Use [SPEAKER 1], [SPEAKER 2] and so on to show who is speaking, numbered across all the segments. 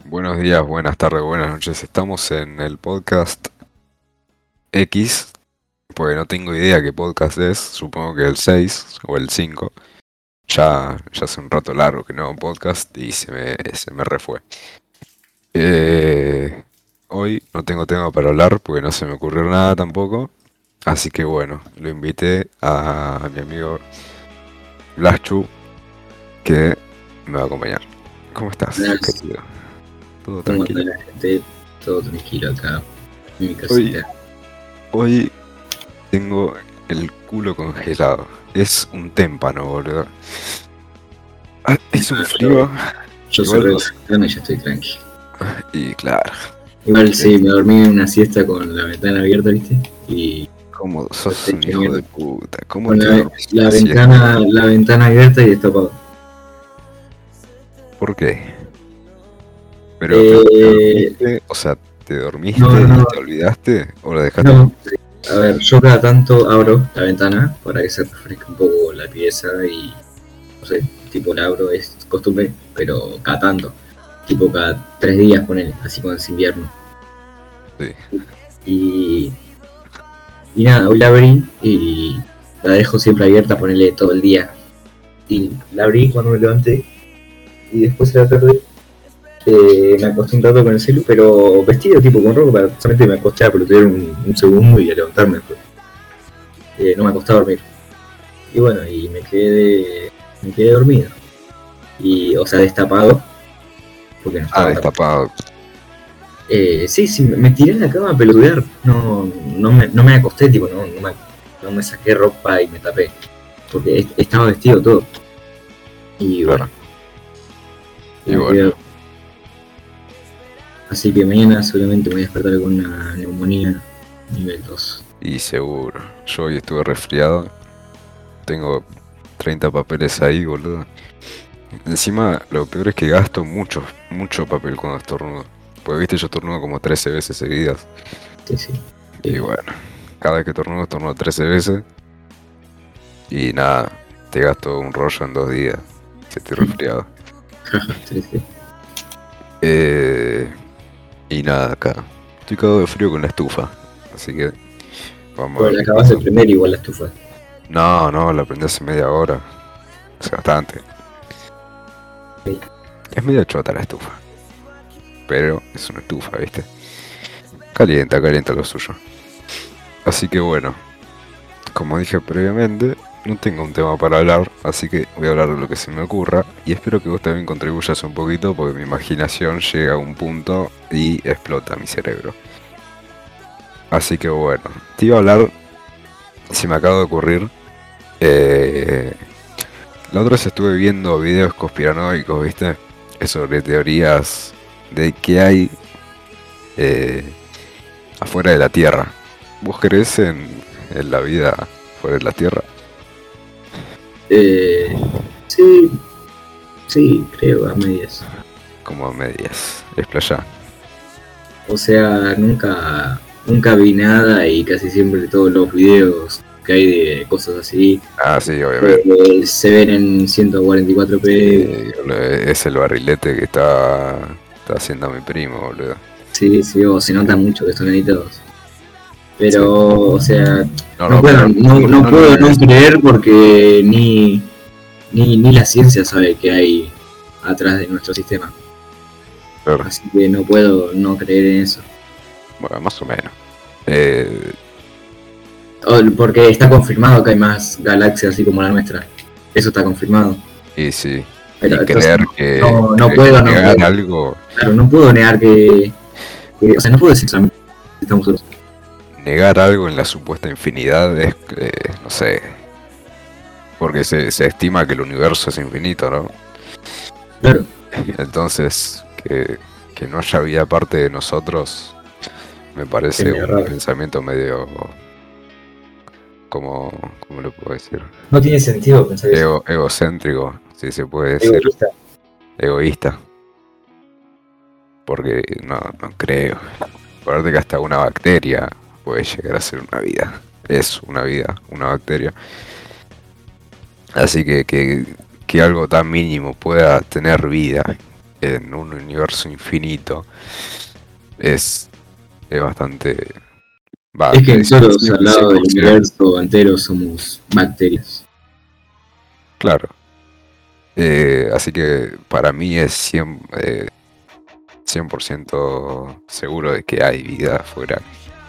[SPEAKER 1] Buenos días, buenas tardes, buenas noches. Estamos en el podcast X, porque no tengo idea qué podcast es. Supongo que el 6 o el 5. Ya hace un rato largo que no hago un podcast y se me refue. Eh, Hoy no tengo tema para hablar porque no se me ocurrió nada tampoco. Así que bueno, lo invité a mi amigo Laschu que me va a acompañar. ¿Cómo estás,
[SPEAKER 2] Buenas,
[SPEAKER 1] querido? ¿Todo
[SPEAKER 2] ¿cómo anda
[SPEAKER 1] tranquilo?
[SPEAKER 2] la gente? Todo tranquilo acá, en mi
[SPEAKER 1] Hoy,
[SPEAKER 2] casita.
[SPEAKER 1] hoy tengo el culo congelado. Es un témpano, boludo. Es un
[SPEAKER 2] Yo,
[SPEAKER 1] frío.
[SPEAKER 2] yo
[SPEAKER 1] Igual,
[SPEAKER 2] cerré
[SPEAKER 1] o
[SPEAKER 2] la
[SPEAKER 1] sea,
[SPEAKER 2] ventana y ya estoy tranqui.
[SPEAKER 1] y claro,
[SPEAKER 2] Igual
[SPEAKER 1] es
[SPEAKER 2] sí, me dormí en una siesta con la ventana abierta, ¿viste? Y
[SPEAKER 1] como
[SPEAKER 2] yo
[SPEAKER 1] sos
[SPEAKER 2] estoy
[SPEAKER 1] un
[SPEAKER 2] hecho
[SPEAKER 1] hijo de
[SPEAKER 2] mierda.
[SPEAKER 1] puta. ¿Cómo
[SPEAKER 2] Con
[SPEAKER 1] te
[SPEAKER 2] la,
[SPEAKER 1] dormís
[SPEAKER 2] la
[SPEAKER 1] una siesta?
[SPEAKER 2] ventana, la ventana abierta y destapado.
[SPEAKER 1] ¿Por qué? Pero te
[SPEAKER 2] Eh,
[SPEAKER 1] dormiste, o sea, ¿te
[SPEAKER 2] no,
[SPEAKER 1] dormiste
[SPEAKER 2] no,
[SPEAKER 1] y
[SPEAKER 2] no,
[SPEAKER 1] te olvidaste? ¿O lo dejaste?
[SPEAKER 2] no. A ver, yo cada tanto abro la ventana para que se refresque un poco la pieza y, no sé, tipo la abro, es costumbre, pero cada tanto. Tipo cada 3 días, ponele, así cuando es invierno.
[SPEAKER 1] Sí.
[SPEAKER 2] Y nada, hoy la abrí y la dejo siempre abierta, ponerle todo el día. Y la abrí cuando me levanté y después de la tarde me acosté un rato con el celu, pero vestido tipo con ropa, solamente me acosté a pelotear un segundo y a levantarme después. No me acosté a dormir. Y bueno, y me quedé dormido. Y, o sea, destapado, porque no
[SPEAKER 1] Ah,
[SPEAKER 2] estaba tapado.
[SPEAKER 1] destapado.
[SPEAKER 2] Sí, sí, me tiré en la cama a pelotear. No me acosté, tipo, no me saqué ropa y me tapé. Porque estaba vestido todo. Y bueno,
[SPEAKER 1] Claro.
[SPEAKER 2] y
[SPEAKER 1] Y
[SPEAKER 2] me
[SPEAKER 1] bueno.
[SPEAKER 2] quedé. Así que mañana seguramente me voy a despertar con una neumonía nivel 2.
[SPEAKER 1] Y seguro. Yo hoy estuve resfriado. Tengo 30 papeles ahí, boludo. Encima, lo peor es que gasto mucho papel cuando estornudo. Pues viste, yo estornudo como 13 veces seguidas.
[SPEAKER 2] Sí, sí.
[SPEAKER 1] Y bueno, cada vez que estornudo 13 veces. Y nada, te gasto un rollo en 2 días. Si estoy resfriado.
[SPEAKER 2] Sí, sí.
[SPEAKER 1] Eh, y nada, acá. Estoy cagado de frío con la estufa. Así que vamos a
[SPEAKER 2] Bueno,
[SPEAKER 1] ver
[SPEAKER 2] la
[SPEAKER 1] qué
[SPEAKER 2] acabas de
[SPEAKER 1] pasa.
[SPEAKER 2] prender igual la estufa.
[SPEAKER 1] No, la prendí hace media hora. Es bastante.
[SPEAKER 2] Sí.
[SPEAKER 1] Es medio chota la estufa. Pero es una estufa, ¿viste? Calienta lo suyo. Así que bueno, como dije previamente, no tengo un tema para hablar, así que voy a hablar de lo que se me ocurra y espero que vos también contribuyas un poquito porque mi imaginación llega a un punto y explota mi cerebro. Así que bueno, te iba a hablar, se me acaba de ocurrir, eh, la otra vez estuve viendo videos conspiranoicos, ¿viste? Sobre teorías de qué hay eh, afuera de la Tierra. ¿Vos creés en la vida fuera de la Tierra?
[SPEAKER 2] Eh, sí, sí, creo, a medias.
[SPEAKER 1] Como a medias. Explayá.
[SPEAKER 2] O sea, nunca vi nada y casi siempre todos los videos que hay de cosas así
[SPEAKER 1] Ah, sí, obviamente.
[SPEAKER 2] se ven en 144p.
[SPEAKER 1] Boludo, es el barrilete que está haciendo mi primo, boludo.
[SPEAKER 2] Sí, sí, o se nota mucho que son editados.
[SPEAKER 1] Sí.
[SPEAKER 2] Pero, o sea,
[SPEAKER 1] No,
[SPEAKER 2] no
[SPEAKER 1] no,
[SPEAKER 2] puedo
[SPEAKER 1] pero
[SPEAKER 2] no, no
[SPEAKER 1] no lo
[SPEAKER 2] puedo no
[SPEAKER 1] negues.
[SPEAKER 2] creer porque ni la ciencia sabe qué hay atrás de nuestro sistema.
[SPEAKER 1] Claro.
[SPEAKER 2] Así que no puedo no creer en eso.
[SPEAKER 1] Bueno, más o menos. Eh,
[SPEAKER 2] Porque está confirmado que hay más galaxias así como la nuestra. Eso está confirmado.
[SPEAKER 1] y sí. Y
[SPEAKER 2] Pero entonces
[SPEAKER 1] creer
[SPEAKER 2] no puedo no
[SPEAKER 1] negar
[SPEAKER 2] creer.
[SPEAKER 1] algo,
[SPEAKER 2] Claro, no puedo negar o sea, no puedo decir solamente que estamos solos.
[SPEAKER 1] negar algo en la supuesta infinidad es, no sé, porque se estima que el universo es infinito, ¿no?
[SPEAKER 2] Claro,
[SPEAKER 1] Entonces, que no haya vida aparte de nosotros, me
[SPEAKER 2] es
[SPEAKER 1] parece
[SPEAKER 2] medio
[SPEAKER 1] un
[SPEAKER 2] raro.
[SPEAKER 1] pensamiento medio, como, ¿cómo lo puedo decir?
[SPEAKER 2] No tiene sentido pensar eso.
[SPEAKER 1] Egocéntrico, si se puede decir,
[SPEAKER 2] Egoísta.
[SPEAKER 1] egoísta, porque no creo. Acuérdate que hasta una bacteria puede llegar a ser una vida. Es una vida, una bacteria. Así que algo tan mínimo pueda tener vida en un universo infinito es, es bastante... Va,
[SPEAKER 2] Es que
[SPEAKER 1] es
[SPEAKER 2] nosotros al lado del
[SPEAKER 1] 100%,
[SPEAKER 2] universo entero somos bacterias.
[SPEAKER 1] claro. Así que para mí es 100% seguro de que hay vida afuera.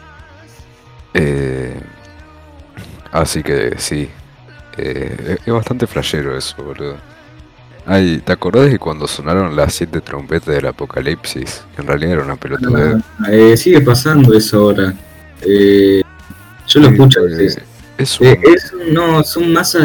[SPEAKER 1] Eh, Así que sí, es bastante flashero eso, boludo. Ay, ¿te acordás de cuando sonaron las 7 trompetas del apocalipsis? En realidad era una pelotudez.
[SPEAKER 2] Sigue pasando eso ahora. Yo lo
[SPEAKER 1] Sí,
[SPEAKER 2] escucho a veces.
[SPEAKER 1] es un...
[SPEAKER 2] No, son masas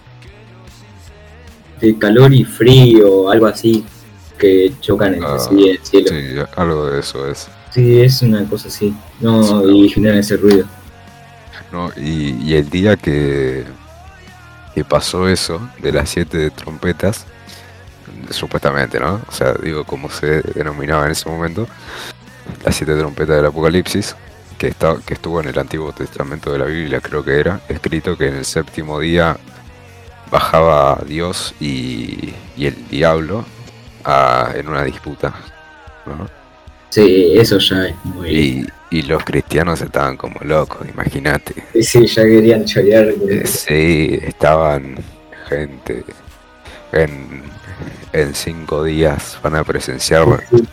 [SPEAKER 2] de calor y frío, algo así, que chocan entre sí y el cielo.
[SPEAKER 1] sí, algo de eso es.
[SPEAKER 2] Sí, es una cosa así. No,
[SPEAKER 1] Sí,
[SPEAKER 2] y generan ese ruido.
[SPEAKER 1] ¿no? Y el día que pasó eso, de las 7 trompetas, supuestamente, ¿no? O sea, digo, como se denominaba en ese momento, las 7 trompetas del Apocalipsis, que estuvo en el Antiguo Testamento de la Biblia, creo que era, escrito que en el séptimo día bajaba Dios y el diablo en una disputa, ¿no?
[SPEAKER 2] Sí, eso ya es muy...
[SPEAKER 1] Y los cristianos estaban como locos, imagínate.
[SPEAKER 2] Sí, ya querían chorear.
[SPEAKER 1] Sí, estaban gente en, en 5 días van a presenciar.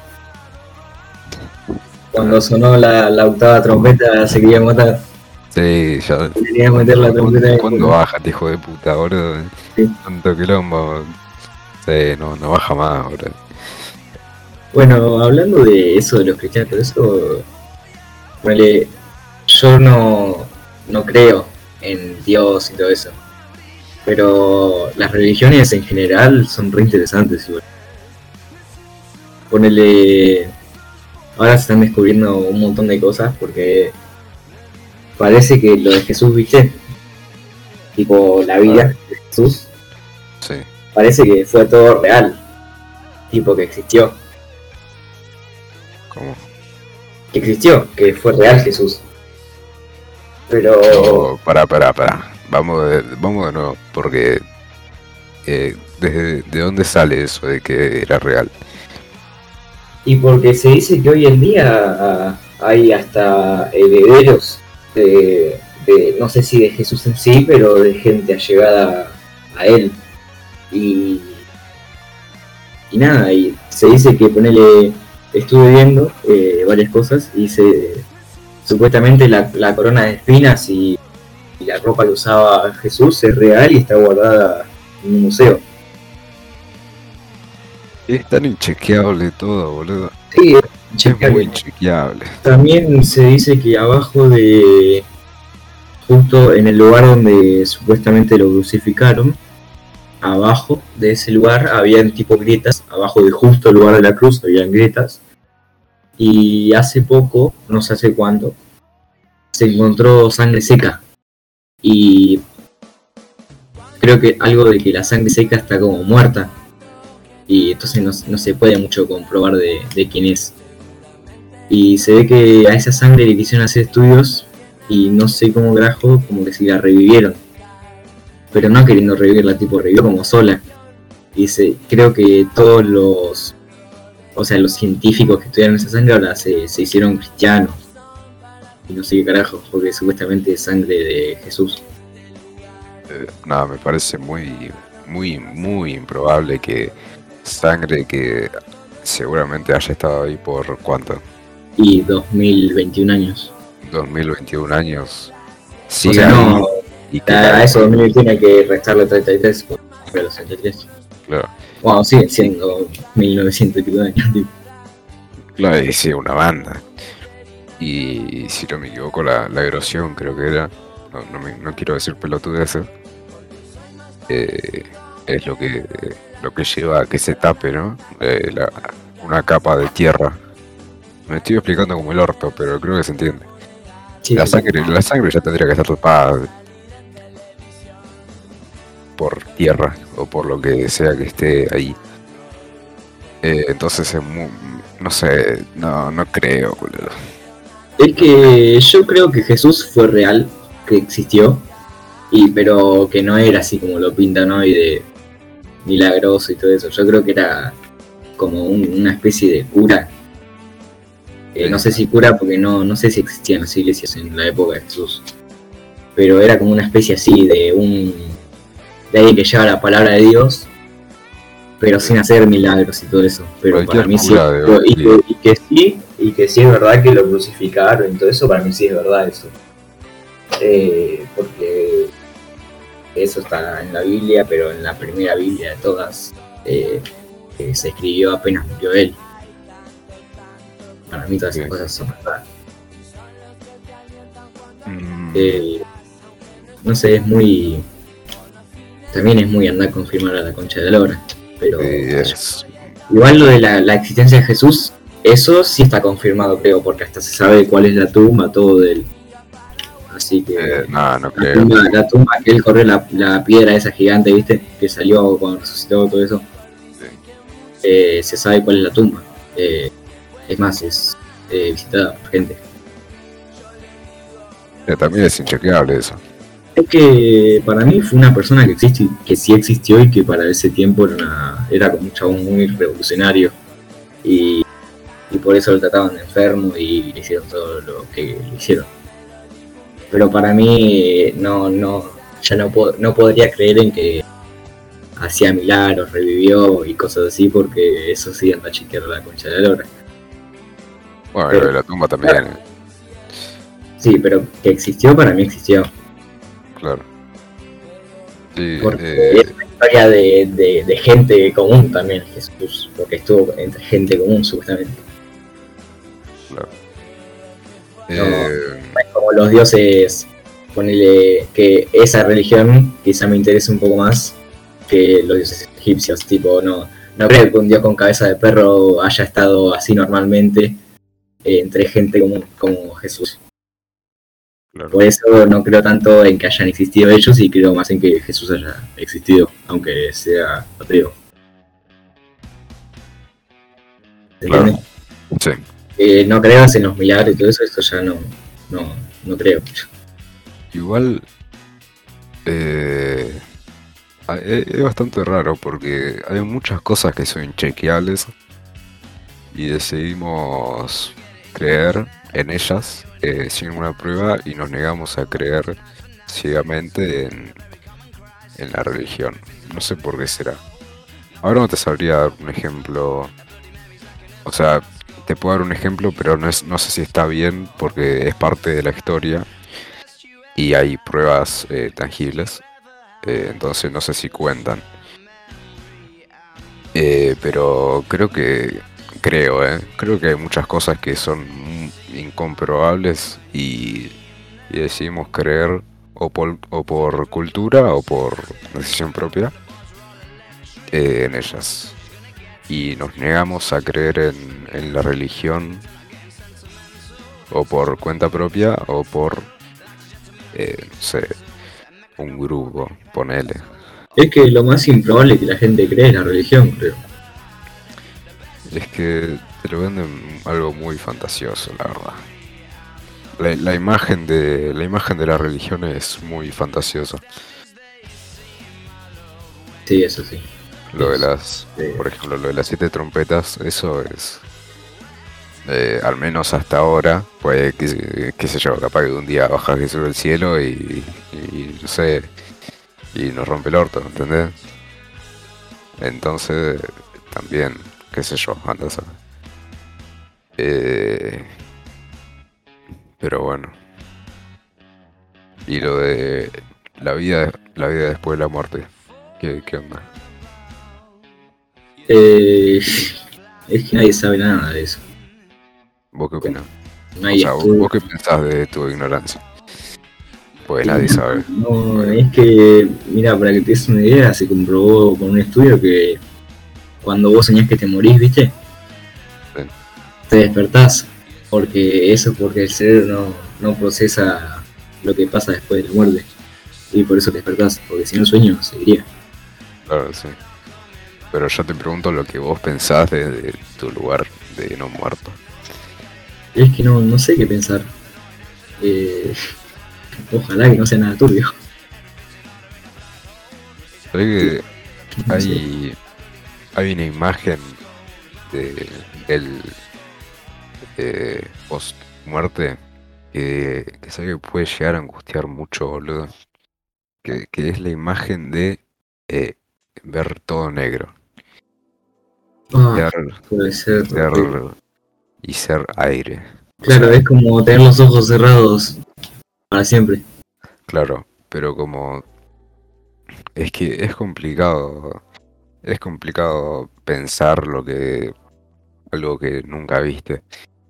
[SPEAKER 2] Cuando sonó la octava trompeta se quería matar.
[SPEAKER 1] Sí, ya.
[SPEAKER 2] Quería meter la trompeta en
[SPEAKER 1] ¿Cuándo baja, hijo de puta, boludo?
[SPEAKER 2] Sí.
[SPEAKER 1] Tanto quilombo. Sí, no baja más, boludo.
[SPEAKER 2] Bueno, hablando de eso, de los cristianos, todo eso, ponele, yo no creo en Dios y todo eso, pero las religiones en general son re interesantes. Igual. Ponele, ahora se están descubriendo un montón de cosas porque parece que lo de Jesús, viste, tipo la vida de Jesús,
[SPEAKER 1] Sí.
[SPEAKER 2] parece que fue todo real, tipo que existió.
[SPEAKER 1] ¿Cómo?
[SPEAKER 2] Que existió, que fue real Jesús. Pero...
[SPEAKER 1] No, pará. Vamos de nuevo, porque ¿de dónde sale eso de que era real?
[SPEAKER 2] Y porque se dice que hoy en día hay hasta herederos no sé si de Jesús en sí, pero de gente allegada a él. Y nada, y se dice que ponele, estuve viendo varias cosas y supuestamente la corona de espinas y la ropa que usaba Jesús es real y está guardada en un museo.
[SPEAKER 1] Es tan inchequeable todo, boludo.
[SPEAKER 2] Sí,
[SPEAKER 1] Es muy inchequeable.
[SPEAKER 2] también se dice que abajo de, justo en el lugar donde supuestamente lo crucificaron, abajo de ese lugar habían tipo grietas, abajo de justo el lugar de la cruz habían grietas. Y hace poco, no sé hace cuánto, se encontró sangre seca. Y creo que algo de que la sangre seca está como muerta. Y entonces no se puede mucho comprobar de quién es. Y se ve que a esa sangre le quisieron hacer estudios y no sé cómo grajo, como que si la revivieron. Pero no queriendo revivirla, tipo revivió como sola. Y creo que todos los científicos que estudiaron esa sangre ahora se hicieron cristianos. Y no sé qué carajo, porque supuestamente es sangre de Jesús.
[SPEAKER 1] Nada, me parece muy improbable que sangre que seguramente haya estado ahí por ¿cuánto?
[SPEAKER 2] Y 2021 años.
[SPEAKER 1] 2021 años. Sí,
[SPEAKER 2] O sea, no,
[SPEAKER 1] y que
[SPEAKER 2] a eso 2021 hay que restarle 33 por los 33.
[SPEAKER 1] Claro.
[SPEAKER 2] Wow, sigue siendo 1900 y pico de años, tipo.
[SPEAKER 1] Claro, y sí, una banda. Y si no me equivoco, la erosión creo que era. No quiero decir pelotudeces. Es lo que lleva a que se tape, ¿no? Una capa de tierra. Me estoy explicando como el orto, pero creo que se entiende.
[SPEAKER 2] Sí,
[SPEAKER 1] La sangre ya tendría que estar tapada por tierra o por lo que sea que esté ahí. Entonces es muy, no sé, no creo, boludo.
[SPEAKER 2] Es que yo creo que Jesús fue real, que existió, pero que no era así como lo pintan hoy de milagroso y todo eso. Yo creo que era como una especie de cura. No sé si cura porque no sé si existían las iglesias en la época de Jesús, pero era como una especie así de alguien que lleva la palabra de Dios, pero sin hacer milagros y todo eso. Pero
[SPEAKER 1] Cualquier
[SPEAKER 2] para mí sí,
[SPEAKER 1] cura de hoy en día.
[SPEAKER 2] y que sí es verdad que lo crucificaron y todo eso, para mí sí es verdad eso. Porque eso está en la Biblia, pero en la primera Biblia de todas se escribió apenas murió él. Para mí todas esas cosas son verdad. No sé, también es muy andar a confirmar a la concha de la hora. Pero igual lo de la existencia de Jesús, eso sí está confirmado, creo, porque hasta se sabe cuál es la tumba, todo de él. Así que
[SPEAKER 1] no creo.
[SPEAKER 2] La tumba que él corrió la piedra esa gigante, ¿viste? Que salió cuando resucitó, todo eso. Se sabe cuál es la tumba. Es más, es visitada por gente.
[SPEAKER 1] También es inchequeable eso.
[SPEAKER 2] Es que para mí fue una persona que sí existió y que para ese tiempo era como un chabón muy revolucionario. Y por eso lo trataban de enfermo y le hicieron todo lo que le hicieron. Pero para mí ya no podría creer en que hacía milagros, revivió y cosas así, porque eso sí anda a chiquear la concha de la lora.
[SPEAKER 1] Bueno, pero, la tumba también. Claro.
[SPEAKER 2] Sí, pero que existió, para mí existió.
[SPEAKER 1] Claro. Sí,
[SPEAKER 2] porque es una historia de gente común también, Jesús, porque estuvo entre gente común, supuestamente.
[SPEAKER 1] Claro.
[SPEAKER 2] No es como los dioses, ponele que esa religión quizá me interese un poco más que los dioses egipcios, tipo, no creo que un dios con cabeza de perro haya estado así normalmente entre gente común como Jesús. Claro. Por eso no creo tanto en que hayan existido ellos y creo más en que Jesús haya existido, aunque sea ateo.
[SPEAKER 1] Claro. Sí.
[SPEAKER 2] No creas en los milagros y todo eso, esto ya no creo.
[SPEAKER 1] Igual es bastante raro porque hay muchas cosas que son inchequeables y decidimos creer en ellas sin una prueba y nos negamos a creer ciegamente en la religión. No sé por qué será. Ahora no te sabría dar un ejemplo. O sea, te puedo dar un ejemplo, pero no sé si está bien porque es parte de la historia y hay pruebas tangibles. Entonces no sé si cuentan. Pero creo que hay muchas cosas que son incomprobables y decidimos creer o por cultura o por decisión propia en ellas. Y nos negamos a creer en la religión o por cuenta propia o por, no sé, un grupo, ponele.
[SPEAKER 2] Es que lo más improbable es que la gente cree en la religión, creo.
[SPEAKER 1] Es que te lo venden algo muy fantasioso, la verdad. La imagen de la religión es muy fantasiosa.
[SPEAKER 2] Sí, eso sí.
[SPEAKER 1] Lo de por ejemplo, lo de las 7 trompetas, eso es, al menos hasta ahora, pues, qué sé yo, capaz que un día baja Jesús del cielo y no sé, y nos rompe el orto, ¿entendés? Entonces, también, qué sé yo, anda a saber. Pero bueno. Y lo de la vida después de la muerte, ¿qué onda?
[SPEAKER 2] Es que nadie sabe nada de eso.
[SPEAKER 1] ¿Vos qué opinás?
[SPEAKER 2] ¿Vos
[SPEAKER 1] qué pensás de tu ignorancia? Pues nadie sabe.
[SPEAKER 2] No, es que, mira, para que te des una idea, se comprobó con un estudio que cuando vos soñás que te morís, ¿viste?
[SPEAKER 1] Sí.
[SPEAKER 2] Te despertás, porque el cerebro no procesa lo que pasa después de la muerte. Y por eso te despertás, porque si no el sueño seguiría.
[SPEAKER 1] Claro, sí. Pero yo te pregunto lo que vos pensás de tu lugar de no muerto.
[SPEAKER 2] Es que no sé qué pensar. Ojalá que no sea nada turbio.
[SPEAKER 1] Creo que hay una imagen de, del post muerte que sé que puede llegar a angustiar mucho, boludo. Que es la imagen de eh, ver todo negro.
[SPEAKER 2] Ah,
[SPEAKER 1] Ser,
[SPEAKER 2] puede ser
[SPEAKER 1] ser
[SPEAKER 2] horrible.
[SPEAKER 1] y ser aire. O
[SPEAKER 2] Claro,
[SPEAKER 1] sea,
[SPEAKER 2] es como tener los ojos cerrados para siempre.
[SPEAKER 1] claro, pero como es que es complicado pensar algo que nunca viste.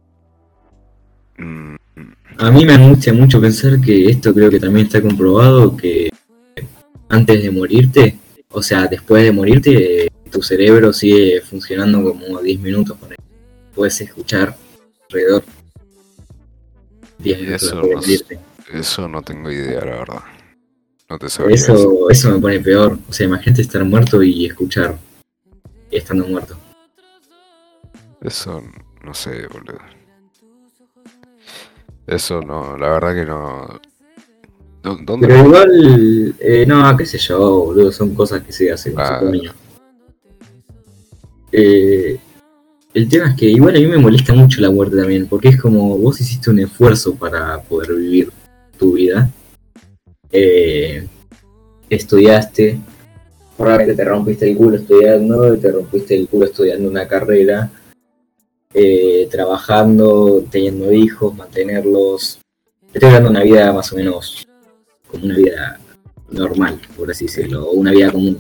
[SPEAKER 1] Mm,
[SPEAKER 2] A mí me angustia mucho pensar que esto creo que también está comprobado, que antes de morirte, o sea, después de morirte, tu cerebro sigue funcionando como 10 minutos con él. Puedes escuchar alrededor 10
[SPEAKER 1] y
[SPEAKER 2] minutos después de morirte.
[SPEAKER 1] eso no tengo idea, la verdad. No te sabría decir.
[SPEAKER 2] Eso me pone peor. O sea, imagínate estar muerto y escuchar estando muerto.
[SPEAKER 1] Eso no sé, boludo. Eso no, la verdad que no. ¿Dónde
[SPEAKER 2] Pero
[SPEAKER 1] lo vi?
[SPEAKER 2] igual, no, qué sé yo, boludo, son cosas que se hacen con su
[SPEAKER 1] Ah,
[SPEAKER 2] sueño. Eh, el tema es que igual a mí me molesta mucho la muerte también, porque es como vos hiciste un esfuerzo para poder vivir tu vida. Eh, estudiaste, probablemente te rompiste el culo estudiando, te rompiste el culo estudiando una carrera, trabajando, teniendo hijos, mantenerlos. Te estoy dando una vida más o menos como una vida normal, por así
[SPEAKER 1] sí.
[SPEAKER 2] decirlo, o una vida común.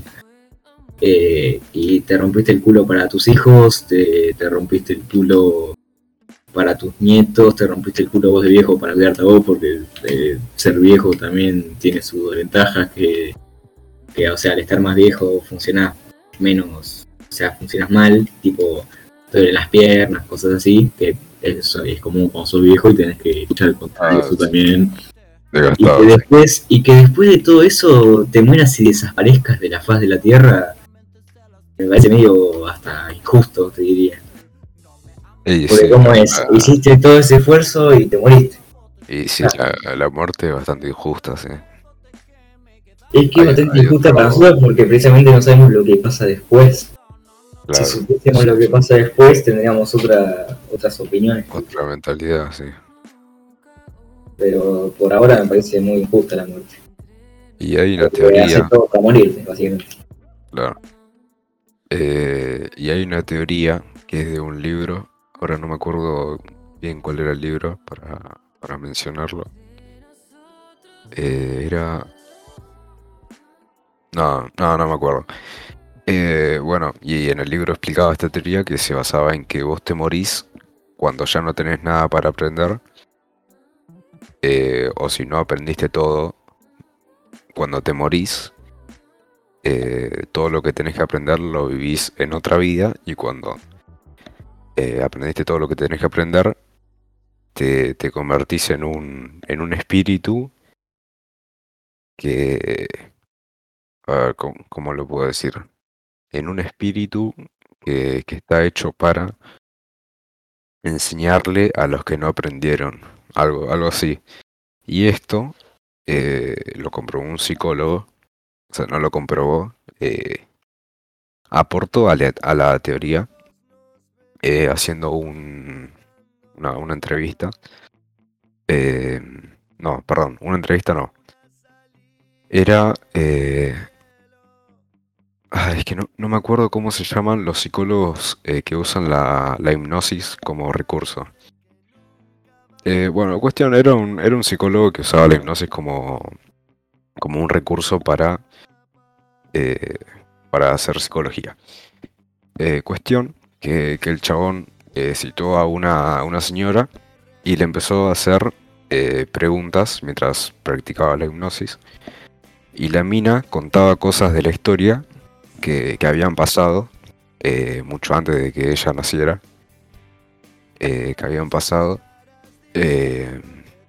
[SPEAKER 2] Y te rompiste el culo para tus hijos, te rompiste el culo para tus nietos, te rompiste el culo vos de viejo para cuidarte a vos, porque ser viejo también tiene sus ventajas, que, o sea, al estar más viejo funcionas menos, o sea, funcionas mal, tipo, duele las piernas, cosas así, que eso es como cuando sos viejo y tenés que luchar contra
[SPEAKER 1] Ah,
[SPEAKER 2] eso también.
[SPEAKER 1] desgastado, sí.
[SPEAKER 2] Y que después de todo eso te mueras y desaparezcas de la faz de la tierra, me parece medio hasta injusto, te diría.
[SPEAKER 1] Y
[SPEAKER 2] Porque
[SPEAKER 1] sí,
[SPEAKER 2] como es, hiciste todo ese esfuerzo y te moriste.
[SPEAKER 1] y sí,
[SPEAKER 2] Ah,
[SPEAKER 1] la muerte es bastante injusta, sí.
[SPEAKER 2] es que es bastante
[SPEAKER 1] Hay
[SPEAKER 2] injusta para
[SPEAKER 1] otro,
[SPEAKER 2] nosotros porque precisamente no sabemos lo que pasa después. Si
[SPEAKER 1] claro,
[SPEAKER 2] supiésemos
[SPEAKER 1] sí,
[SPEAKER 2] lo que pasa después, tendríamos otras opiniones.
[SPEAKER 1] otra mentalidad, sí.
[SPEAKER 2] Pero por ahora me parece muy injusta la muerte.
[SPEAKER 1] Y hay una
[SPEAKER 2] Porque hace
[SPEAKER 1] teoría,
[SPEAKER 2] todo para morirte, básicamente.
[SPEAKER 1] claro. Y hay una teoría que es de un libro, ahora no me acuerdo bien cuál era el libro para mencionarlo. Era... No me acuerdo. Bueno, y en el libro explicaba esta teoría que se basaba en que vos te morís cuando ya no tenés nada para aprender, o si no aprendiste todo, cuando te morís, todo lo que tenés que aprender lo vivís en otra vida y cuando aprendiste todo lo que tenés que aprender, te convertís en un espíritu que, a ver, ¿cómo lo puedo decir? En un espíritu que está hecho para enseñarle a los que no aprendieron, algo así. Y esto lo comprobó un psicólogo, o sea, no lo comprobó, aportó a la teoría haciendo una entrevista. eh, no, perdón, una entrevista no. Era... es que no me acuerdo cómo se llaman los psicólogos que usan la hipnosis como recurso. Bueno, cuestión, era un psicólogo que usaba la hipnosis como un recurso eh, para hacer psicología. Cuestión que el chabón citó a una señora y le empezó a hacer preguntas mientras practicaba la hipnosis. Y la mina contaba cosas de la historia que habían pasado mucho antes de que ella naciera, que habían pasado. eh,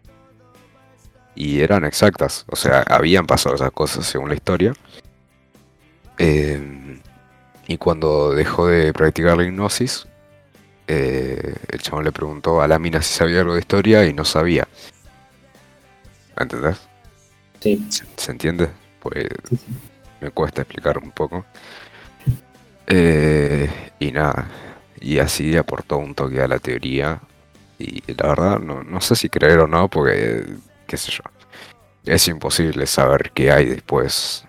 [SPEAKER 1] y eran exactas, o sea, habían pasado esas cosas según la historia. eh, y cuando dejó de practicar la hipnosis, el chabón le preguntó a la mina si sabía algo de historia y no sabía. ¿Entendés?
[SPEAKER 2] Sí.
[SPEAKER 1] ¿Se entiende? Pues
[SPEAKER 2] Sí.
[SPEAKER 1] me cuesta explicar un poco. Y nada. y así aportó un toque a la teoría. Y la verdad, no sé si creer o no, porque, qué sé yo, es imposible saber qué hay después.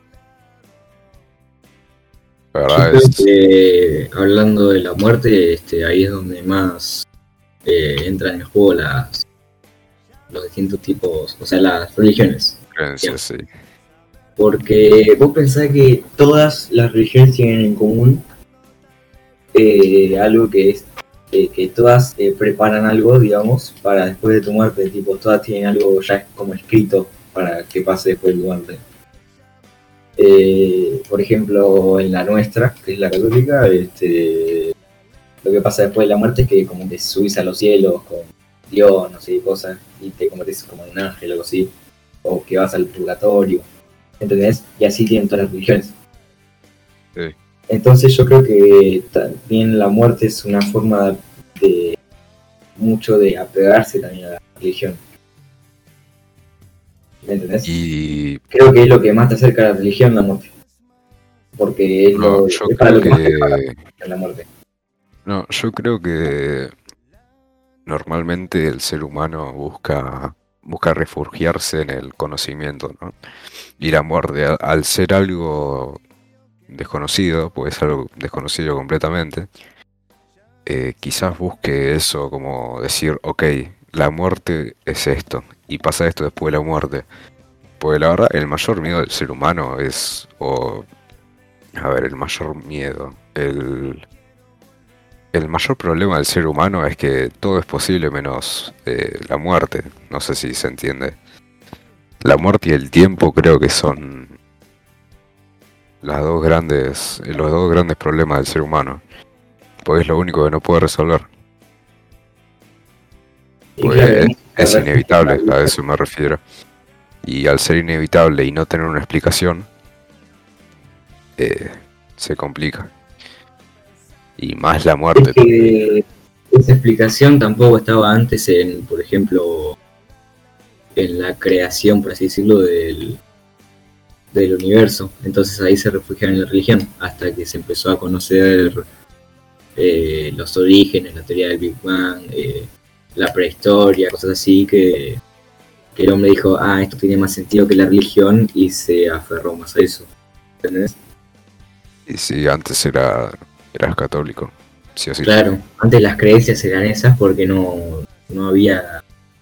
[SPEAKER 1] La
[SPEAKER 2] Yo
[SPEAKER 1] verdad
[SPEAKER 2] creo
[SPEAKER 1] es,
[SPEAKER 2] que hablando de la muerte, ahí es donde más entran en juego los distintos tipos, o sea, las religiones.
[SPEAKER 1] creencia,
[SPEAKER 2] Digamos.
[SPEAKER 1] sí.
[SPEAKER 2] Porque vos pensás que todas las religiones tienen en común algo que es que todas preparan algo, digamos, para después de tu muerte. Tipo, todas tienen algo ya como escrito para que pase después de tu muerte. Por ejemplo, en la nuestra, que es la católica, lo que pasa después de la muerte es que como que subís a los cielos con Dios, no sé, cosas, y te convertís como en un ángel o algo así, o que vas al purgatorio, ¿entendés? Y así tienen todas las religiones.
[SPEAKER 1] Sí.
[SPEAKER 2] Entonces yo creo que también la muerte es una forma de mucho de apegarse también a la religión, ¿me entendés?
[SPEAKER 1] Y
[SPEAKER 2] Creo que es lo que más te acerca a la religión, la muerte, porque
[SPEAKER 1] no, yo
[SPEAKER 2] es para
[SPEAKER 1] creo
[SPEAKER 2] lo que más te pagan
[SPEAKER 1] que,
[SPEAKER 2] en la muerte.
[SPEAKER 1] no, yo creo que normalmente el ser humano busca refugiarse en el conocimiento, ¿no? Y la muerte, al ser algo desconocido, pues es algo desconocido completamente, quizás busque eso como decir, ok, la muerte es esto, y pasa esto después de la muerte. Porque la verdad, el mayor miedo del ser humano es, o, a ver, el mayor miedo, el mayor problema del ser humano es que todo es posible menos la muerte. No sé si se entiende. La muerte y el tiempo creo que son los dos grandes problemas del ser humano. Pues es lo único que no puede resolver.
[SPEAKER 2] Y claro,
[SPEAKER 1] Pues
[SPEAKER 2] te
[SPEAKER 1] es
[SPEAKER 2] refugias en la
[SPEAKER 1] inevitable, a
[SPEAKER 2] religión.
[SPEAKER 1] eso me refiero. Y al ser inevitable y no tener una explicación, eh, se complica. Y más la
[SPEAKER 2] Es
[SPEAKER 1] muerte todavía.
[SPEAKER 2] que esa explicación tampoco estaba antes en, por ejemplo, en la creación, por así decirlo, del universo. Entonces ahí se refugiaron en la religión, hasta que se empezó a conocer los orígenes, la teoría del Big Bang, la prehistoria, cosas así, que el hombre dijo, ah, esto tiene más sentido que la religión y se aferró más a eso. ¿Entendés?
[SPEAKER 1] Y si antes eras católico, sí o sí.
[SPEAKER 2] Claro, antes las creencias eran esas porque no había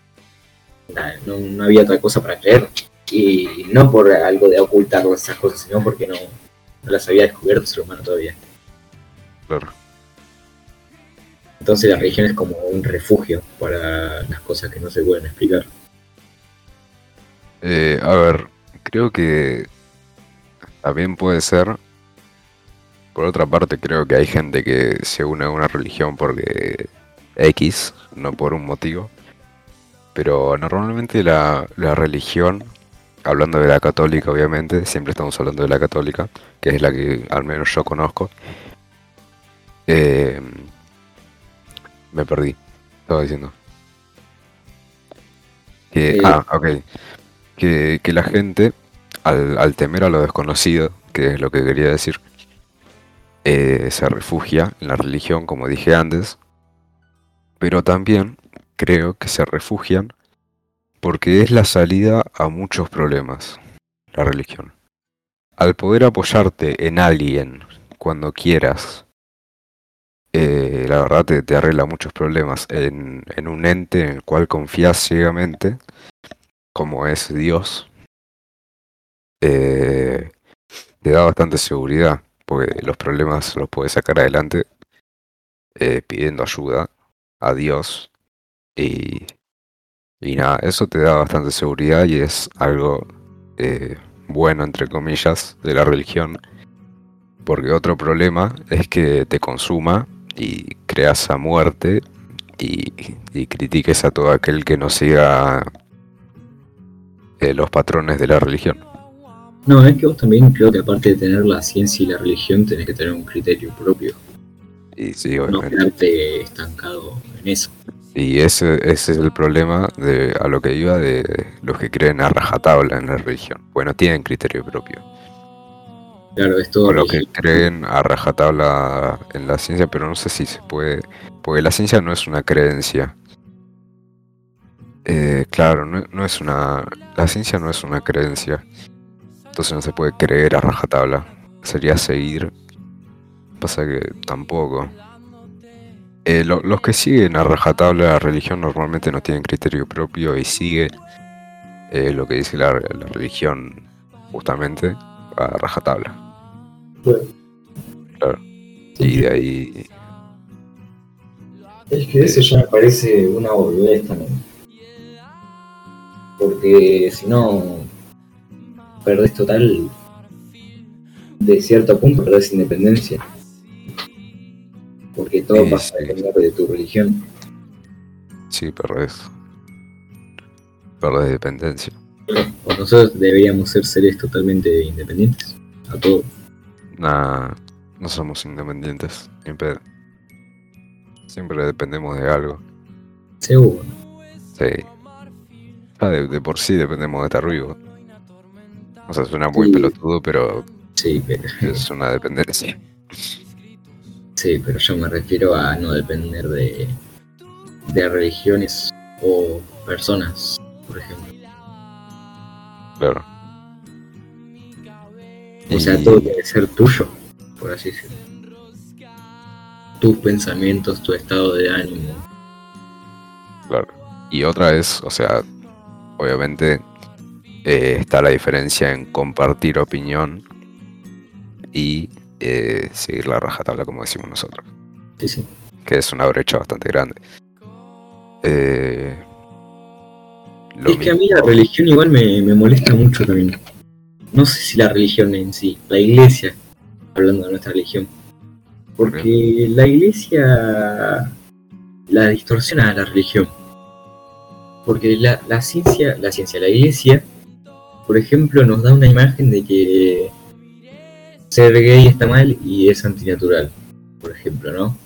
[SPEAKER 2] no había otra cosa para creer. Y no por algo de ocultar esas cosas, sino porque no las había descubierto el ser humano todavía.
[SPEAKER 1] Claro.
[SPEAKER 2] Entonces la
[SPEAKER 1] Y,
[SPEAKER 2] religión es como un refugio para las cosas que no se pueden explicar.
[SPEAKER 1] a ver, creo que también puede ser. Por otra parte, creo que hay gente que se une a una religión porque X, no por un motivo. Pero normalmente la religión, hablando de la católica obviamente, siempre estamos hablando de la católica, que es la que al menos yo conozco. Eh, Me perdí, estaba diciendo.
[SPEAKER 2] Eh,
[SPEAKER 1] Ok, que la gente, al temer a lo desconocido, que es lo que quería decir, se refugia en la religión, como dije antes, pero también creo que se refugian porque es la salida a muchos problemas, la religión. Al poder apoyarte en alguien cuando quieras, la verdad te arregla muchos problemas en un ente en el cual confías ciegamente, como es Dios, eh, te da bastante seguridad, porque los problemas los puedes sacar adelante pidiendo ayuda a Dios y, y nada, eso te da bastante seguridad y es algo eh, bueno, entre comillas, de la religión, porque otro problema es que te consuma y creas a muerte y critiques a todo aquel que no siga los patrones de la religión.
[SPEAKER 2] no, es que vos también creo que aparte de tener la ciencia y la religión, tenés que tener un criterio propio,
[SPEAKER 1] Y sí,
[SPEAKER 2] no
[SPEAKER 1] obviamente.
[SPEAKER 2] quedarte estancado en eso.
[SPEAKER 1] Y ese es el problema de a lo que iba de los que creen a rajatabla en la religión. Bueno, tienen criterio propio.
[SPEAKER 2] Claro, es todo
[SPEAKER 1] o lo que
[SPEAKER 2] religión.
[SPEAKER 1] creen a rajatabla en la ciencia, pero no sé si se puede, porque la ciencia no es una creencia. Claro, no es la ciencia no es una creencia, entonces no se puede creer a rajatabla, sería seguir, pasa que tampoco. Los que siguen a rajatabla la religión normalmente no tienen criterio propio y siguen lo que dice la religión justamente a rajatabla,
[SPEAKER 2] Bueno,
[SPEAKER 1] claro. Y de ahí,
[SPEAKER 2] es que eso ya me parece una boludez también. Porque si no, perdés total, de cierto punto, perdés independencia. Porque todo
[SPEAKER 1] y
[SPEAKER 2] pasa a
[SPEAKER 1] sí,
[SPEAKER 2] depender de tu religión.
[SPEAKER 1] sí, perdés dependencia.
[SPEAKER 2] O nosotros deberíamos ser seres totalmente independientes. A todo.
[SPEAKER 1] Nah, no somos independientes, ni en pedo. Siempre dependemos de algo.
[SPEAKER 2] Seguro.
[SPEAKER 1] Sí. De por sí dependemos de estar vivos. O sea, suena muy
[SPEAKER 2] Sí,
[SPEAKER 1] pelotudo, pero
[SPEAKER 2] sí, pero,
[SPEAKER 1] es una dependencia.
[SPEAKER 2] sí, pero yo me refiero a no depender de religiones o personas, por ejemplo.
[SPEAKER 1] Claro.
[SPEAKER 2] O sea, todo
[SPEAKER 1] Y
[SPEAKER 2] debe ser tuyo, por así decirlo. Tus pensamientos, tu estado de ánimo.
[SPEAKER 1] claro. Y otra es, o sea, obviamente está la diferencia en compartir opinión y seguir la rajatabla, como decimos nosotros.
[SPEAKER 2] Sí, sí.
[SPEAKER 1] Que es una brecha bastante grande. Eh, lo
[SPEAKER 2] Es que a mí la
[SPEAKER 1] mismo.
[SPEAKER 2] religión igual me molesta mucho también. No sé si la religión en sí, la iglesia, hablando de nuestra religión. Porque la iglesia la distorsiona a la religión. Porque la iglesia, por ejemplo, nos da una imagen de que ser gay está mal y es antinatural, por ejemplo, ¿no?